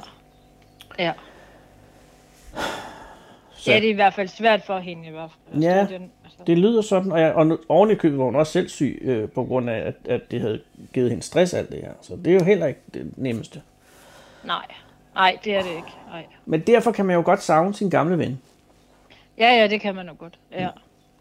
Ja. Så. Ja, det er i hvert fald svært for hende i hvert fald. Ja, det, den, altså. det lyder sådan, og, jeg, og oven i købet var hun også selv syg, øh, på grund af, at, at det havde givet hende stress alt det her. Så det er jo heller ikke det nemmeste. Nej, nej, det er det ikke. Nej. Men derfor kan man jo godt savne sin gamle ven. Ja, ja, det kan man jo godt. Ja.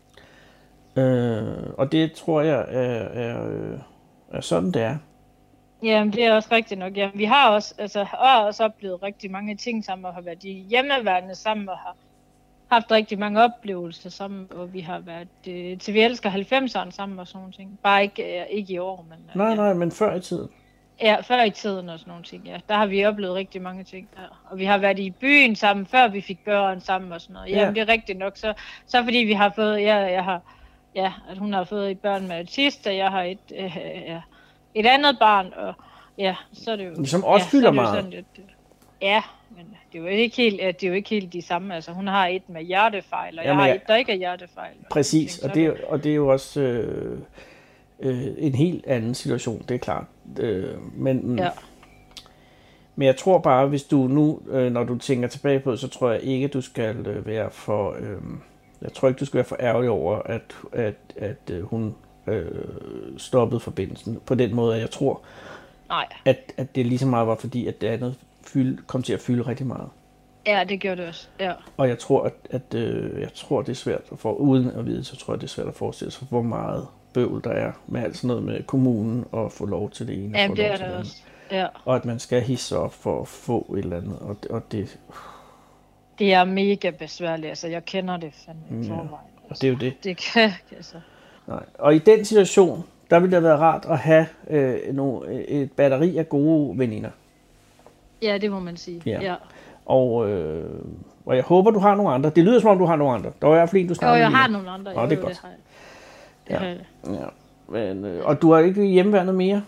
Øh, og det tror jeg er, er, er sådan, det er. Jamen, det er også rigtigt nok. Jamen, vi har også, altså, har også oplevet rigtig mange ting sammen, og har været i hjemmeværende sammen, og har haft rigtig mange oplevelser sammen, og vi har været øh, til Vi elsker halvfemserne sammen og sådan nogle ting. Bare ikke, øh, ikke i år, men... Øh, nej, ja. nej, men før i tiden. Ja, før i tiden og sådan nogle ting, ja. Der har vi oplevet rigtig mange ting. Ja. Og vi har været i byen sammen, før vi fik børn sammen og sådan noget. Jamen, ja. Det er rigtigt nok. Så, så fordi vi har fået, ja, jeg har, ja, at hun har fået et børn med autist, og jeg har et, øh, ja, et andet barn, og ja, så er det jo... Som også ja, fylder så er det jo meget. sådan, at, ja, men det er jo ikke helt, det er jo ikke helt de samme. Altså, hun har et med hjertefejl, og Jamen, jeg har jeg... et, der ikke er hjertefejl. Præcis, og, og det, er, og det er jo også øh, øh, en helt anden situation, det er klart. Øh, men, ja. men jeg tror bare, hvis du nu, øh, når du tænker tilbage på det, så tror jeg ikke, du skal øh, være for... Øh, jeg tror ikke, du skal være for ærgerlig over, at, at, at øh, hun øh, stoppede forbindelsen. På den måde, at jeg tror, Nej. At, at det lige så meget var fordi, at det andet fylde, kom til at fylde rigtig meget. Ja, det gjorde det også, ja. Og jeg tror, at, at øh, jeg tror, det er svært at få, uden at vide, så tror jeg, det er svært at forestille sig, hvor meget bøvl der er med alt sådan noget med kommunen og få lov til det ene. Ja, og det lov er til det det også, ja. Og at man skal hisse op for at få et eller andet, og, og det... Det er mega besværligt, altså jeg kender det fandme i ja. forvejen. Og det er jo det. Det kan altså. Nej. Og i den situation, der ville det være rart at have øh, nogle, et batteri af gode veninder. Ja, det må man sige. Ja. ja. Og, øh, og jeg håber, du har nogle andre. Det lyder som om, du har nogle andre. Der var i hvert fald en, du snakkede med. Jo, jeg med. har nogle andre. Nå, jo, det er godt. Det har jeg. Det ja. Ja. Men, øh, og du har ikke hjemmeværnet mere?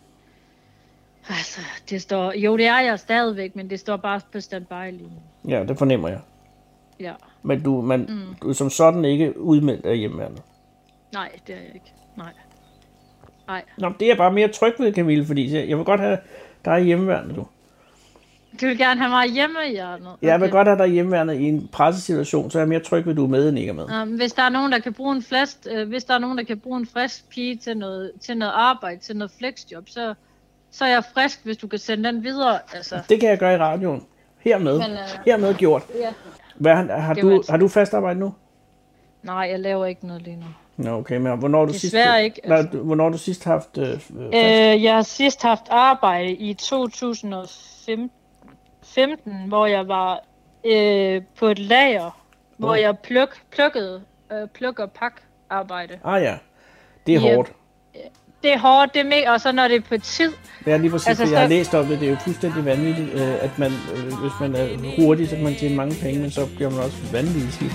Altså, det står... Jo, det er jeg stadigvæk, men det står bare på standby lige nu. Ja, det fornemmer jeg. Ja. Men du, man, mm. du er som sådan ikke udmeldt af hjemmeværnet? Nej, det er jeg ikke. Nej. Nej. Nå, det er bare mere tryg ved, Camille, fordi jeg vil godt have dig i hjemmeværnet, du. Du vil gerne have mig hjemme i hjernet? Okay. Jeg vil godt have dig i hjemmeværnet i en pressesituation, så er jeg mere tryg ved, at du er med, end ikke er med. Um, hvis der er nogen, der kan bruge en frisk, øh, hvis der er nogen, der kan bruge en frisk pige til noget, til noget arbejde, til noget flexjob, så, så er jeg frisk, hvis du kan sende den videre. Altså. Det kan jeg gøre i radioen. Hermed. Men, uh, Hermed gjort. Ja. Hvad, har, har, du, har du fast arbejde nu? Nej, jeg laver ikke noget lige nu. Nå, okay, men hvornår har du sidst, ikke, altså. hvad, hvornår har du sidst haft øh, fast? Øh, jeg har sidst haft arbejde i to tusind og femten, hvor jeg var øh, på et lager, oh. hvor jeg pluk, plukkede øh, pluk og pak arbejde. Ah ja, det er ja, hårdt. Det er hårdt, det er mega, og så når det er på tid. Det er lige præcis, altså, jeg har læst om det, det er jo fuldstændig vanvittigt, øh, at man, øh, hvis man er hurtig, så kan man tjene mange penge, men så bliver man også vanvittigt skidt.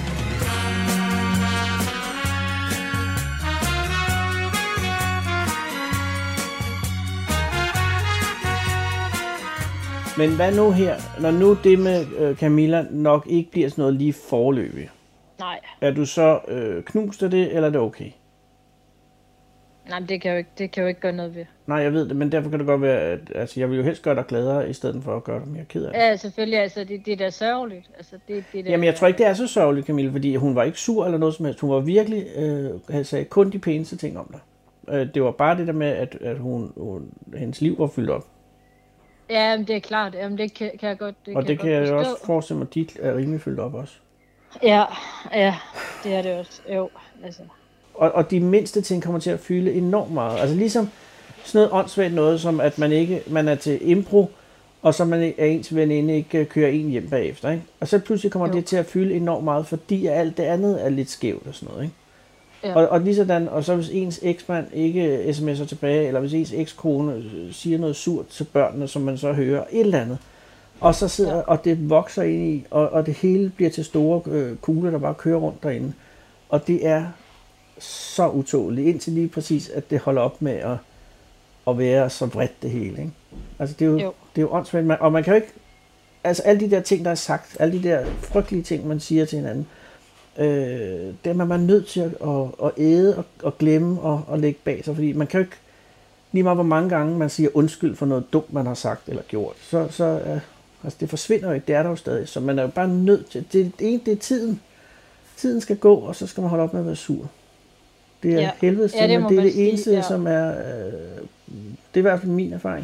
Men hvad nu her, når nu det med øh, Camilla nok ikke bliver sådan noget lige forløbig? Nej. Er du så øh, knust af det, eller er det okay? Nej, men det kan, jo ikke, det kan jo ikke gøre noget ved. Nej, jeg ved det, men derfor kan det godt være, at altså, jeg vil jo helst gøre dig gladere, i stedet for at gøre dig mere ked af det. Ja, selvfølgelig, altså det, det er da sørgeligt. Altså, det, det der, Jamen, jeg tror ikke, det er så sørgeligt, Camille, fordi hun var ikke sur eller noget som helst. Hun var virkelig, øh, sagde kun de pæneste ting om dig. Øh, det var bare det der med, at, at hun, hun, hendes liv var fyldt op. Ja, men det er klart. Jamen, det kan, kan jeg godt det Og kan det jeg kan jeg, jeg også forestille mig, at dit er rimelig fyldt op også. Ja, ja, det er det også. Jo, altså. Og, og de mindste ting kommer til at fylde enormt meget. Altså ligesom sådan noget åndssvagt noget, som at man ikke man er til impro, og så man er ens veninde ikke kører en hjem bagefter, ikke? Og så pludselig kommer jo. det til at fylde enormt meget, fordi alt det andet er lidt skævt og sådan noget, ikke? Ja. Og, og lige sådan, og så hvis ens eksmand ikke sms'er tilbage, eller hvis ens ekskone siger noget surt til børnene, som man så hører, et eller andet, og så sidder, ja. og det vokser ind i, og, og det hele bliver til store øh, kugler, der bare kører rundt derinde. Og det er så utåligt, indtil lige præcis, at det holder op med at, at være så bredt det hele, ikke? Altså det er jo, jo. Det er jo åndssvagt, og man kan jo ikke, altså alle de der ting, der er sagt, alle de der frygtelige ting, man siger til hinanden, øh, dem er man nødt til at, at, at æde og, og glemme og, og lægge bag sig, fordi man kan jo ikke, lige meget hvor mange gange man siger undskyld for noget dumt, man har sagt eller gjort, så, så øh, altså det forsvinder jo ikke, det er der jo stadig, så man er jo bare nødt til, det, det, det er tiden, tiden skal gå, og så skal man holde op med at være sur. Det er ja. helvedes ja, det, men det er det eneste, sige, ja. som er, øh, det er i hvert fald min erfaring.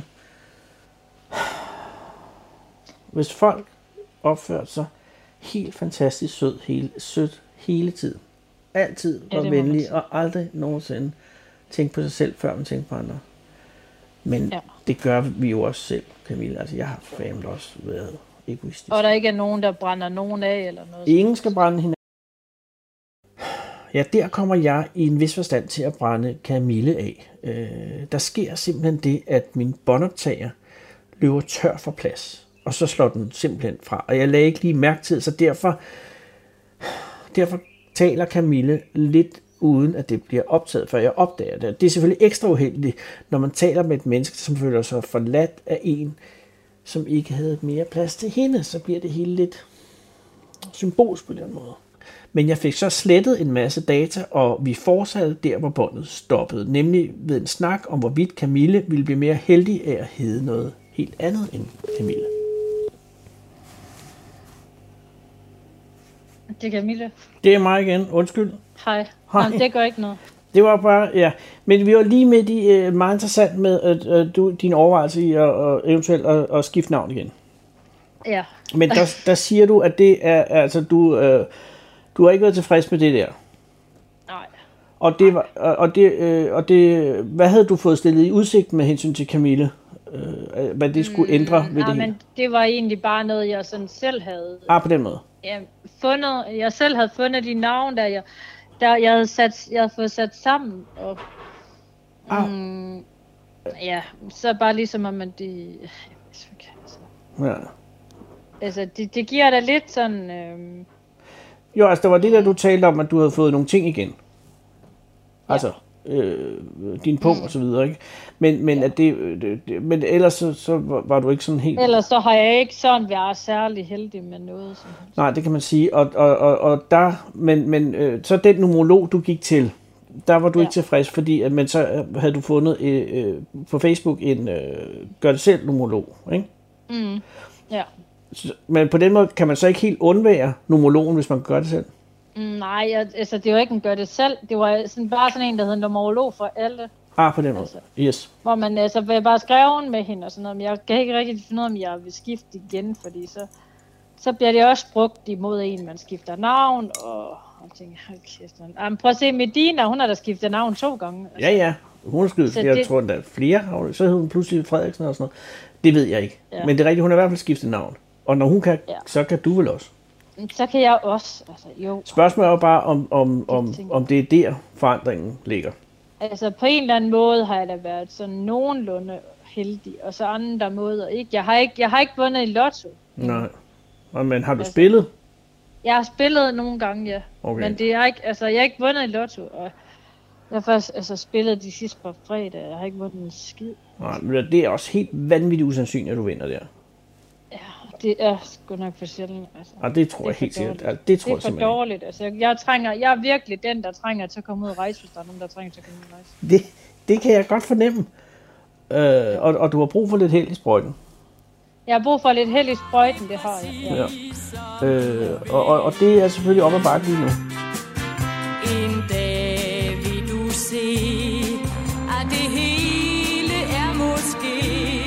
Hvis folk opførte sig helt fantastisk sød, hele, sødt hele tiden, altid var ja, venlig og aldrig nogensinde tænkte på sig selv, før man tænkte på andre, Men Ja. det gør vi jo også selv, Camilla. Altså, jeg har fandme også været egoistisk. Og der ikke er nogen, der brænder nogen af eller noget. Ingen skal brænde hinanden. Ja, der kommer jeg i en vis forstand til at brænde Camille af. Øh, der sker simpelthen det, at min båndoptager løber tør for plads. Og så slår den simpelthen fra. Og jeg lagde ikke lige mærke til, så derfor, derfor taler Camille lidt uden at det bliver optaget, før jeg opdager det. Det er selvfølgelig ekstra uheldigt, når man taler med et menneske, som føler sig forladt af en, som ikke havde mere plads til hende. Så bliver det hele lidt symbolsk på den måde. Men jeg fik så slettet en masse data, og vi fortsatte der, hvor båndet stoppede. Nemlig ved en snak om, hvorvidt Camille ville blive mere heldig af at hedde noget helt andet end Camille. Det er Camille. Det er mig igen. Undskyld. Hej. Hej. Jamen, det gør ikke noget. Det var bare, ja. Men vi var lige midt i uh, meget interessant med at uh, du, din overvejelse i at uh, eventuelt at, at skifte navn igen. Ja. Men der, der siger du, at det er, altså du, uh, du har ikke været tilfreds med det der. Nej. Og det var, og det, øh, og det, hvad havde du fået stillet i udsigt med hensyn til Camille? Øh, hvad det skulle ændre ved Ja, det her? men det var egentlig bare noget, jeg sådan selv havde Ah, på den måde. ja, fundet. Jeg selv havde fundet de navne, der jeg, der jeg havde sat, jeg havde fået sat sammen. Og, Ah. mm, ja, så bare ligesom om man de, Ja. altså det, det giver da lidt sådan. Øh, Jo, altså der var det der, du talte om, at du havde fået nogle ting igen. Altså, øh, din punkt mm. og så videre, ikke? Men, men, ja. at det, det, det, men ellers så, så var du ikke sådan helt... Ellers så har jeg ikke sådan været særlig heldig med noget. Som Nej, det kan man sige. Og, og, og, og der, men, men øh, så den numerolog, du gik til, der var du ja. ikke tilfreds, fordi at, men så havde du fundet øh, øh, på Facebook en øh, gør det selv numerolog, ikke? Mm. Ja. Så, men på den måde kan man så ikke helt undvære numerologen, hvis man gør det selv? Mm, nej, jeg, altså det var ikke en gør det selv. Det var sådan, bare sådan en, der hedder numerolog for alle. Ah, på den måde. Altså, yes. Hvor man altså bare skrev med hende og sådan noget, men jeg kan ikke rigtig finde ud af, om jeg vil skifte igen, fordi så, så bliver det også brugt imod en, man skifter navn, og jeg tænker, okay, jamen, prøv at se Medina, hun har da skiftet navn to gange. Altså. Ja, ja. Hun har skiftet, jeg det... tror, der er flere, så hed hun pludselig Frederiksen og sådan noget. Det ved jeg ikke. Ja. Men det er rigtigt, hun har i hvert fald skiftet navn. Og når hun kan, ja. så kan du vel også. Så kan jeg også, altså jo. Spørgsmålet er jo bare, om, om, om, om det er der, forandringen ligger. Altså på en eller anden måde har jeg da været sådan nogenlunde heldig, og så andre måder ikke. Jeg har ikke, jeg har ikke vundet i lotto. Nej. Men har du altså, spillet? Jeg har spillet nogle gange, ja. Okay. Men det er ikke, altså jeg har ikke vundet i lotto, og jeg har faktisk altså, spillet de sidste par fredag, jeg har ikke vundet en skid. Nej, men det er også helt vanvittigt usandsynligt, at du vinder der. Ja, det er sgu nok for sjældent. Altså. Ja, det tror det jeg helt sikkert. Ja, det tror det er for dårligt. Altså, jeg, jeg, trænger, jeg er virkelig den, der trænger til at komme ud og rejse, hvis der er nogen, der trænger til at komme ud og rejse. Det, det kan jeg godt fornemme. Øh, og, og du har brug for lidt held i sprøjten. Jeg har brug for lidt held i sprøjten, det har jeg. Ja. Ja. Øh, og, og, og det er selvfølgelig op ad bakke lige nu. En dag vil du se, at det hele er måske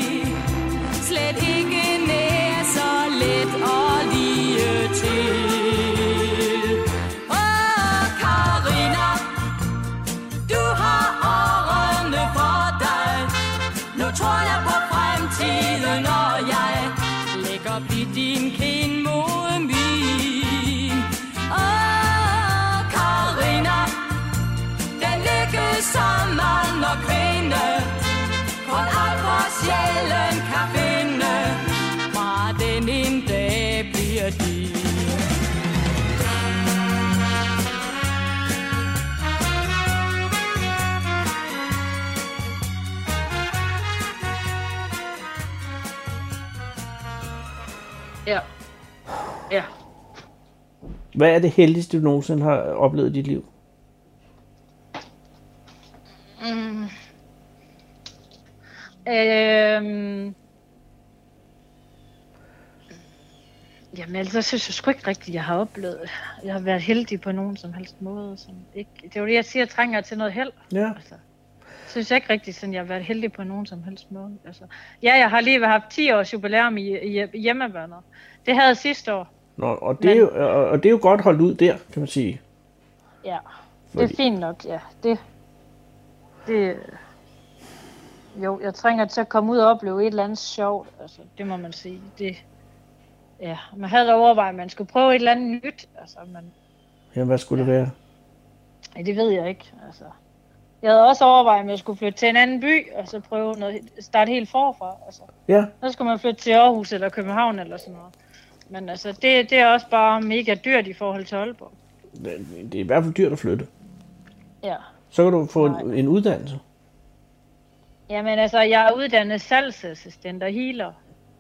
slet ikke nær så let og lige til. Åh, Karina, du har årene for dig. Nu tror jeg på fremtiden, og jeg lægger blidt din kind mod min. Åh, Karina, den lykke som mand og kvinde kun alt for sjælen kan finde, fra den en dag bliver din. Ja. Ja. Hvad er det heldigste, du nogensinde har oplevet i dit liv? Mm. Øhm. Jamen altså, synes jeg sgu ikke rigtigt, jeg har oplevet. Jeg har været heldig på nogen som helst måde. Som ikke. Det er jo det, jeg siger, jeg trænger til noget held. Ja. Altså, synes jeg ikke rigtigt, sådan jeg har været heldig på nogen som helst måde. Altså, ja, jeg har lige haft ti års jubilæum i, i, i hjemmeværnet. Det havde jeg sidste år. Nå, og, det Men, er jo, og det er jo godt holdt ud der, kan man sige. Ja, Fordi... det er fint nok, ja. Det, det, jo, jeg trænger til at komme ud og opleve et eller andet sjovt. Altså, det må man sige. Det, ja, man havde overvejet, at man skulle prøve et eller andet nyt. Altså, man, Jamen, hvad skulle ja. det være? Ja, det ved jeg ikke. Altså, jeg havde også overvejet, at jeg skulle flytte til en anden by, og så prøve noget, starte helt forfra. Altså, ja. Så skulle man flytte til Aarhus eller København eller sådan noget. Men altså, det, det er også bare mega dyrt i forhold til Aalborg. Det, det er i hvert fald dyrt at flytte. Ja. Så kan du få en, en uddannelse. Jamen altså, jeg er uddannet salgsassistent og healer.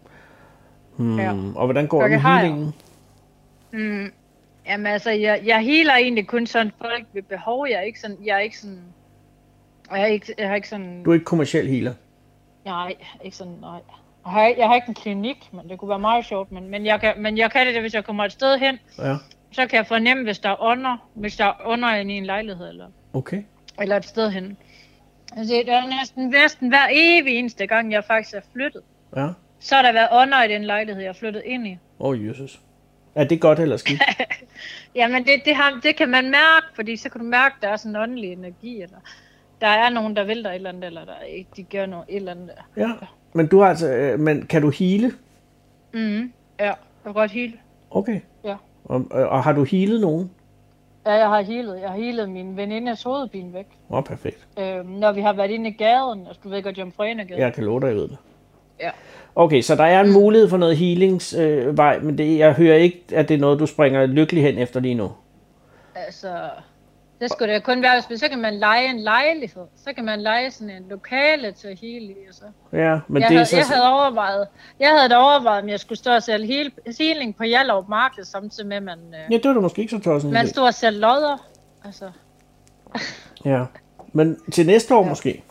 Hmm. Ja. Og hvordan går det med healingen? Mm. Jamen altså, jeg, jeg healer egentlig kun sådan folk ved behov. Jeg er ikke sådan, jeg er ikke sådan, jeg er ikke, jeg har ikke sådan... Du er ikke kommerciel healer? Nej, ikke sådan, nej. Jeg har, jeg har ikke en klinik, men det kunne være meget sjovt, men, men, jeg, kan, men jeg kan det, hvis jeg kommer et sted hen, ja. Så kan jeg fornemme, hvis der er under, hvis der er under i en lejlighed, eller, okay. eller et sted hen. Altså, det er næsten, næsten hver evig eneste gang, jeg faktisk er flyttet. Ja. Så har der været under i den lejlighed, jeg er flyttet ind i. Åh, oh, Jesus. Er det godt eller skidt? Jamen, det, det, har, det kan man mærke, fordi så kan du mærke, at der er sådan en åndelig energi, eller der er nogen, der vil dig et eller andet, eller der ikke, de gør noget et eller andet der. Ja, men du har altså, øh, men kan du heale? Mhm, ja, jeg kan godt heale. Okay. Ja. Og, og har du healet nogen? Ja, jeg har healet. Jeg har healet min venindes hovedpine væk. Åh, oh, perfekt. Øhm, når vi har været inde i gaden, altså du ved godt, Jomfruenegade. Jeg kan love dig, jeg ved det. Ja. Okay, så der er en mulighed for noget healingsvej, øh, men det, jeg hører ikke, at det er noget, du springer lykkelig hen efter lige nu. Altså, det skulle det kun være, hvis så kan man leje en lejlighed. Så kan man leje sådan en lokale til at heale i. Altså. Ja, men jeg det havde, er så... Jeg havde overvejet, jeg havde da overvejet, om jeg skulle stå og sælge heal, healing på Hjallerup Marked, samtidig med, at man... Øh, ja, det var da måske ikke så tosset. Man stod og sælge lodder, altså. Ja, men til næste år ja. måske?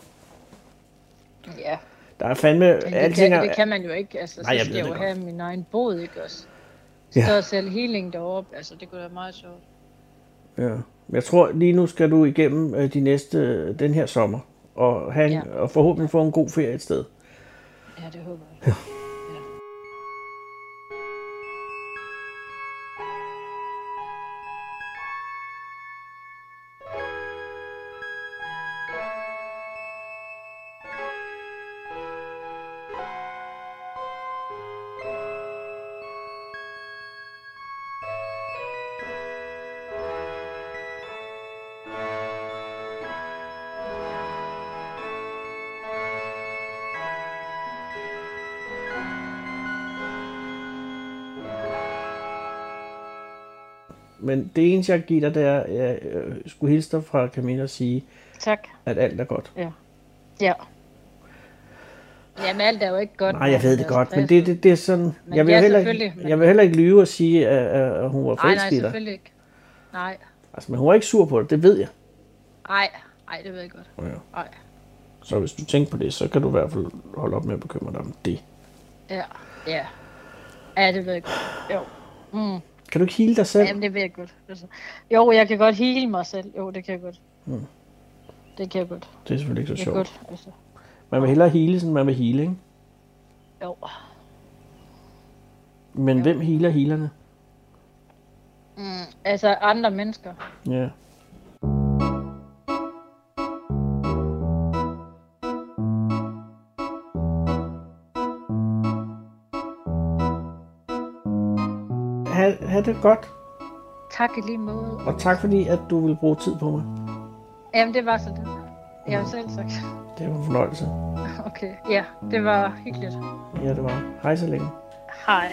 Ja. Der er fandme... Det kan, er... det kan man jo ikke, altså. Nej, så skal jeg jo have min egen båd, ikke også? Så ja. Sælge healing deroppe, altså det kunne være meget sjovt. Ja, jeg tror lige nu skal du igennem øh, de næste, den her sommer, og, have en, ja. og forhåbentlig få en god ferie et sted. Ja, det håber jeg. Ja. Men det eneste, jeg giver dig, det er, at jeg skulle hilse dig fra Camilla og sige, tak. At alt er godt. Ja. Ja. Jamen, alt er jo ikke godt. Nej, jeg ved det godt, men det, det, det er sådan... Jeg vil, ja, heller, ikke, jeg vil heller ikke lyve og sige, at, at hun var forelsket i dig. Nej, nej, selvfølgelig ikke. Nej. Altså, men hun var ikke sur på det, det ved jeg. Nej, nej, det ved jeg godt. Ja. Nej. Så hvis du tænker på det, så kan du i hvert fald holde op med at bekymre dig om det. Ja, ja. Ja, det ved jeg godt. Jo. Mm. Kan du ikke heale dig selv? Jamen, det ved jeg godt. Altså, jo, jeg kan godt heale mig selv. Jo, det kan jeg godt. Mm. Det kan jeg godt. Det er selvfølgelig ikke så sjovt. Godt, altså. Man vil hellere heale, end man vil heale, ikke? Jo. Men jo. Hvem healer healerne? Mm, altså andre mennesker. Ja. Ha, ha det godt. Tak i lige måde. Og tak fordi, at du ville bruge tid på mig. Jamen, det var så det. Jeg har selv sagt. Det var en fornøjelse. Okay, ja, det var hyggeligt. Ja, det var. Hej så længe. Hej.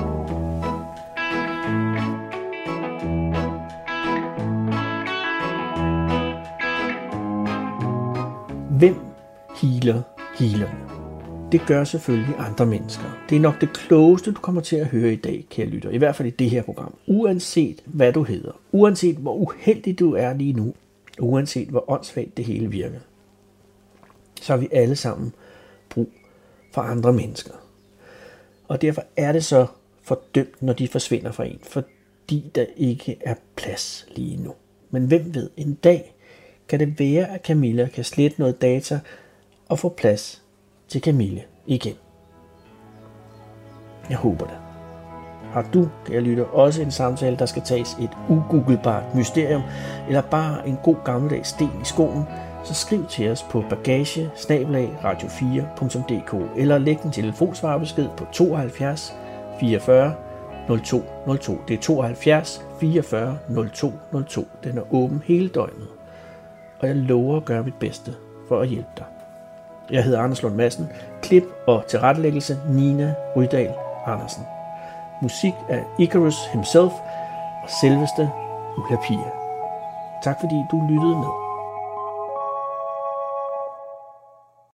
Hvem healer healerne? Det gør selvfølgelig andre mennesker. Det er nok det klogeste, du kommer til at høre i dag, kære lytter. I hvert fald i det her program. Uanset hvad du hedder. Uanset hvor uheldig du er lige nu. Uanset hvor åndssvagt det hele virker. Så har vi alle sammen brug for andre mennesker. Og derfor er det så fordømt, når de forsvinder fra en. Fordi der ikke er plads lige nu. Men hvem ved, en dag kan det være, at Camilla kan slette noget data og få plads til Camille igen. Jeg håber det. Har du, kære lytter, også en samtale, der skal tages et ugooglebart mysterium, eller bare en god gammeldags sten i skoen, så skriv til os på bagage snabel-a radio fire punktum d k eller læg en telefonsvarbesked på tooghalvfjerds fireogfyrre nul to nul to. Det er tooghalvfjerds fireogfyrre nul to nul to. Den er åben hele døgnet, og jeg lover at gøre mit bedste for at hjælpe dig. Jeg hedder Anders Lund Madsen. Klip og tilrettelæggelse Nina Rydahl Andersen. Musik af Icarus himself og selveste Ulla Pia. Tak fordi du lyttede med.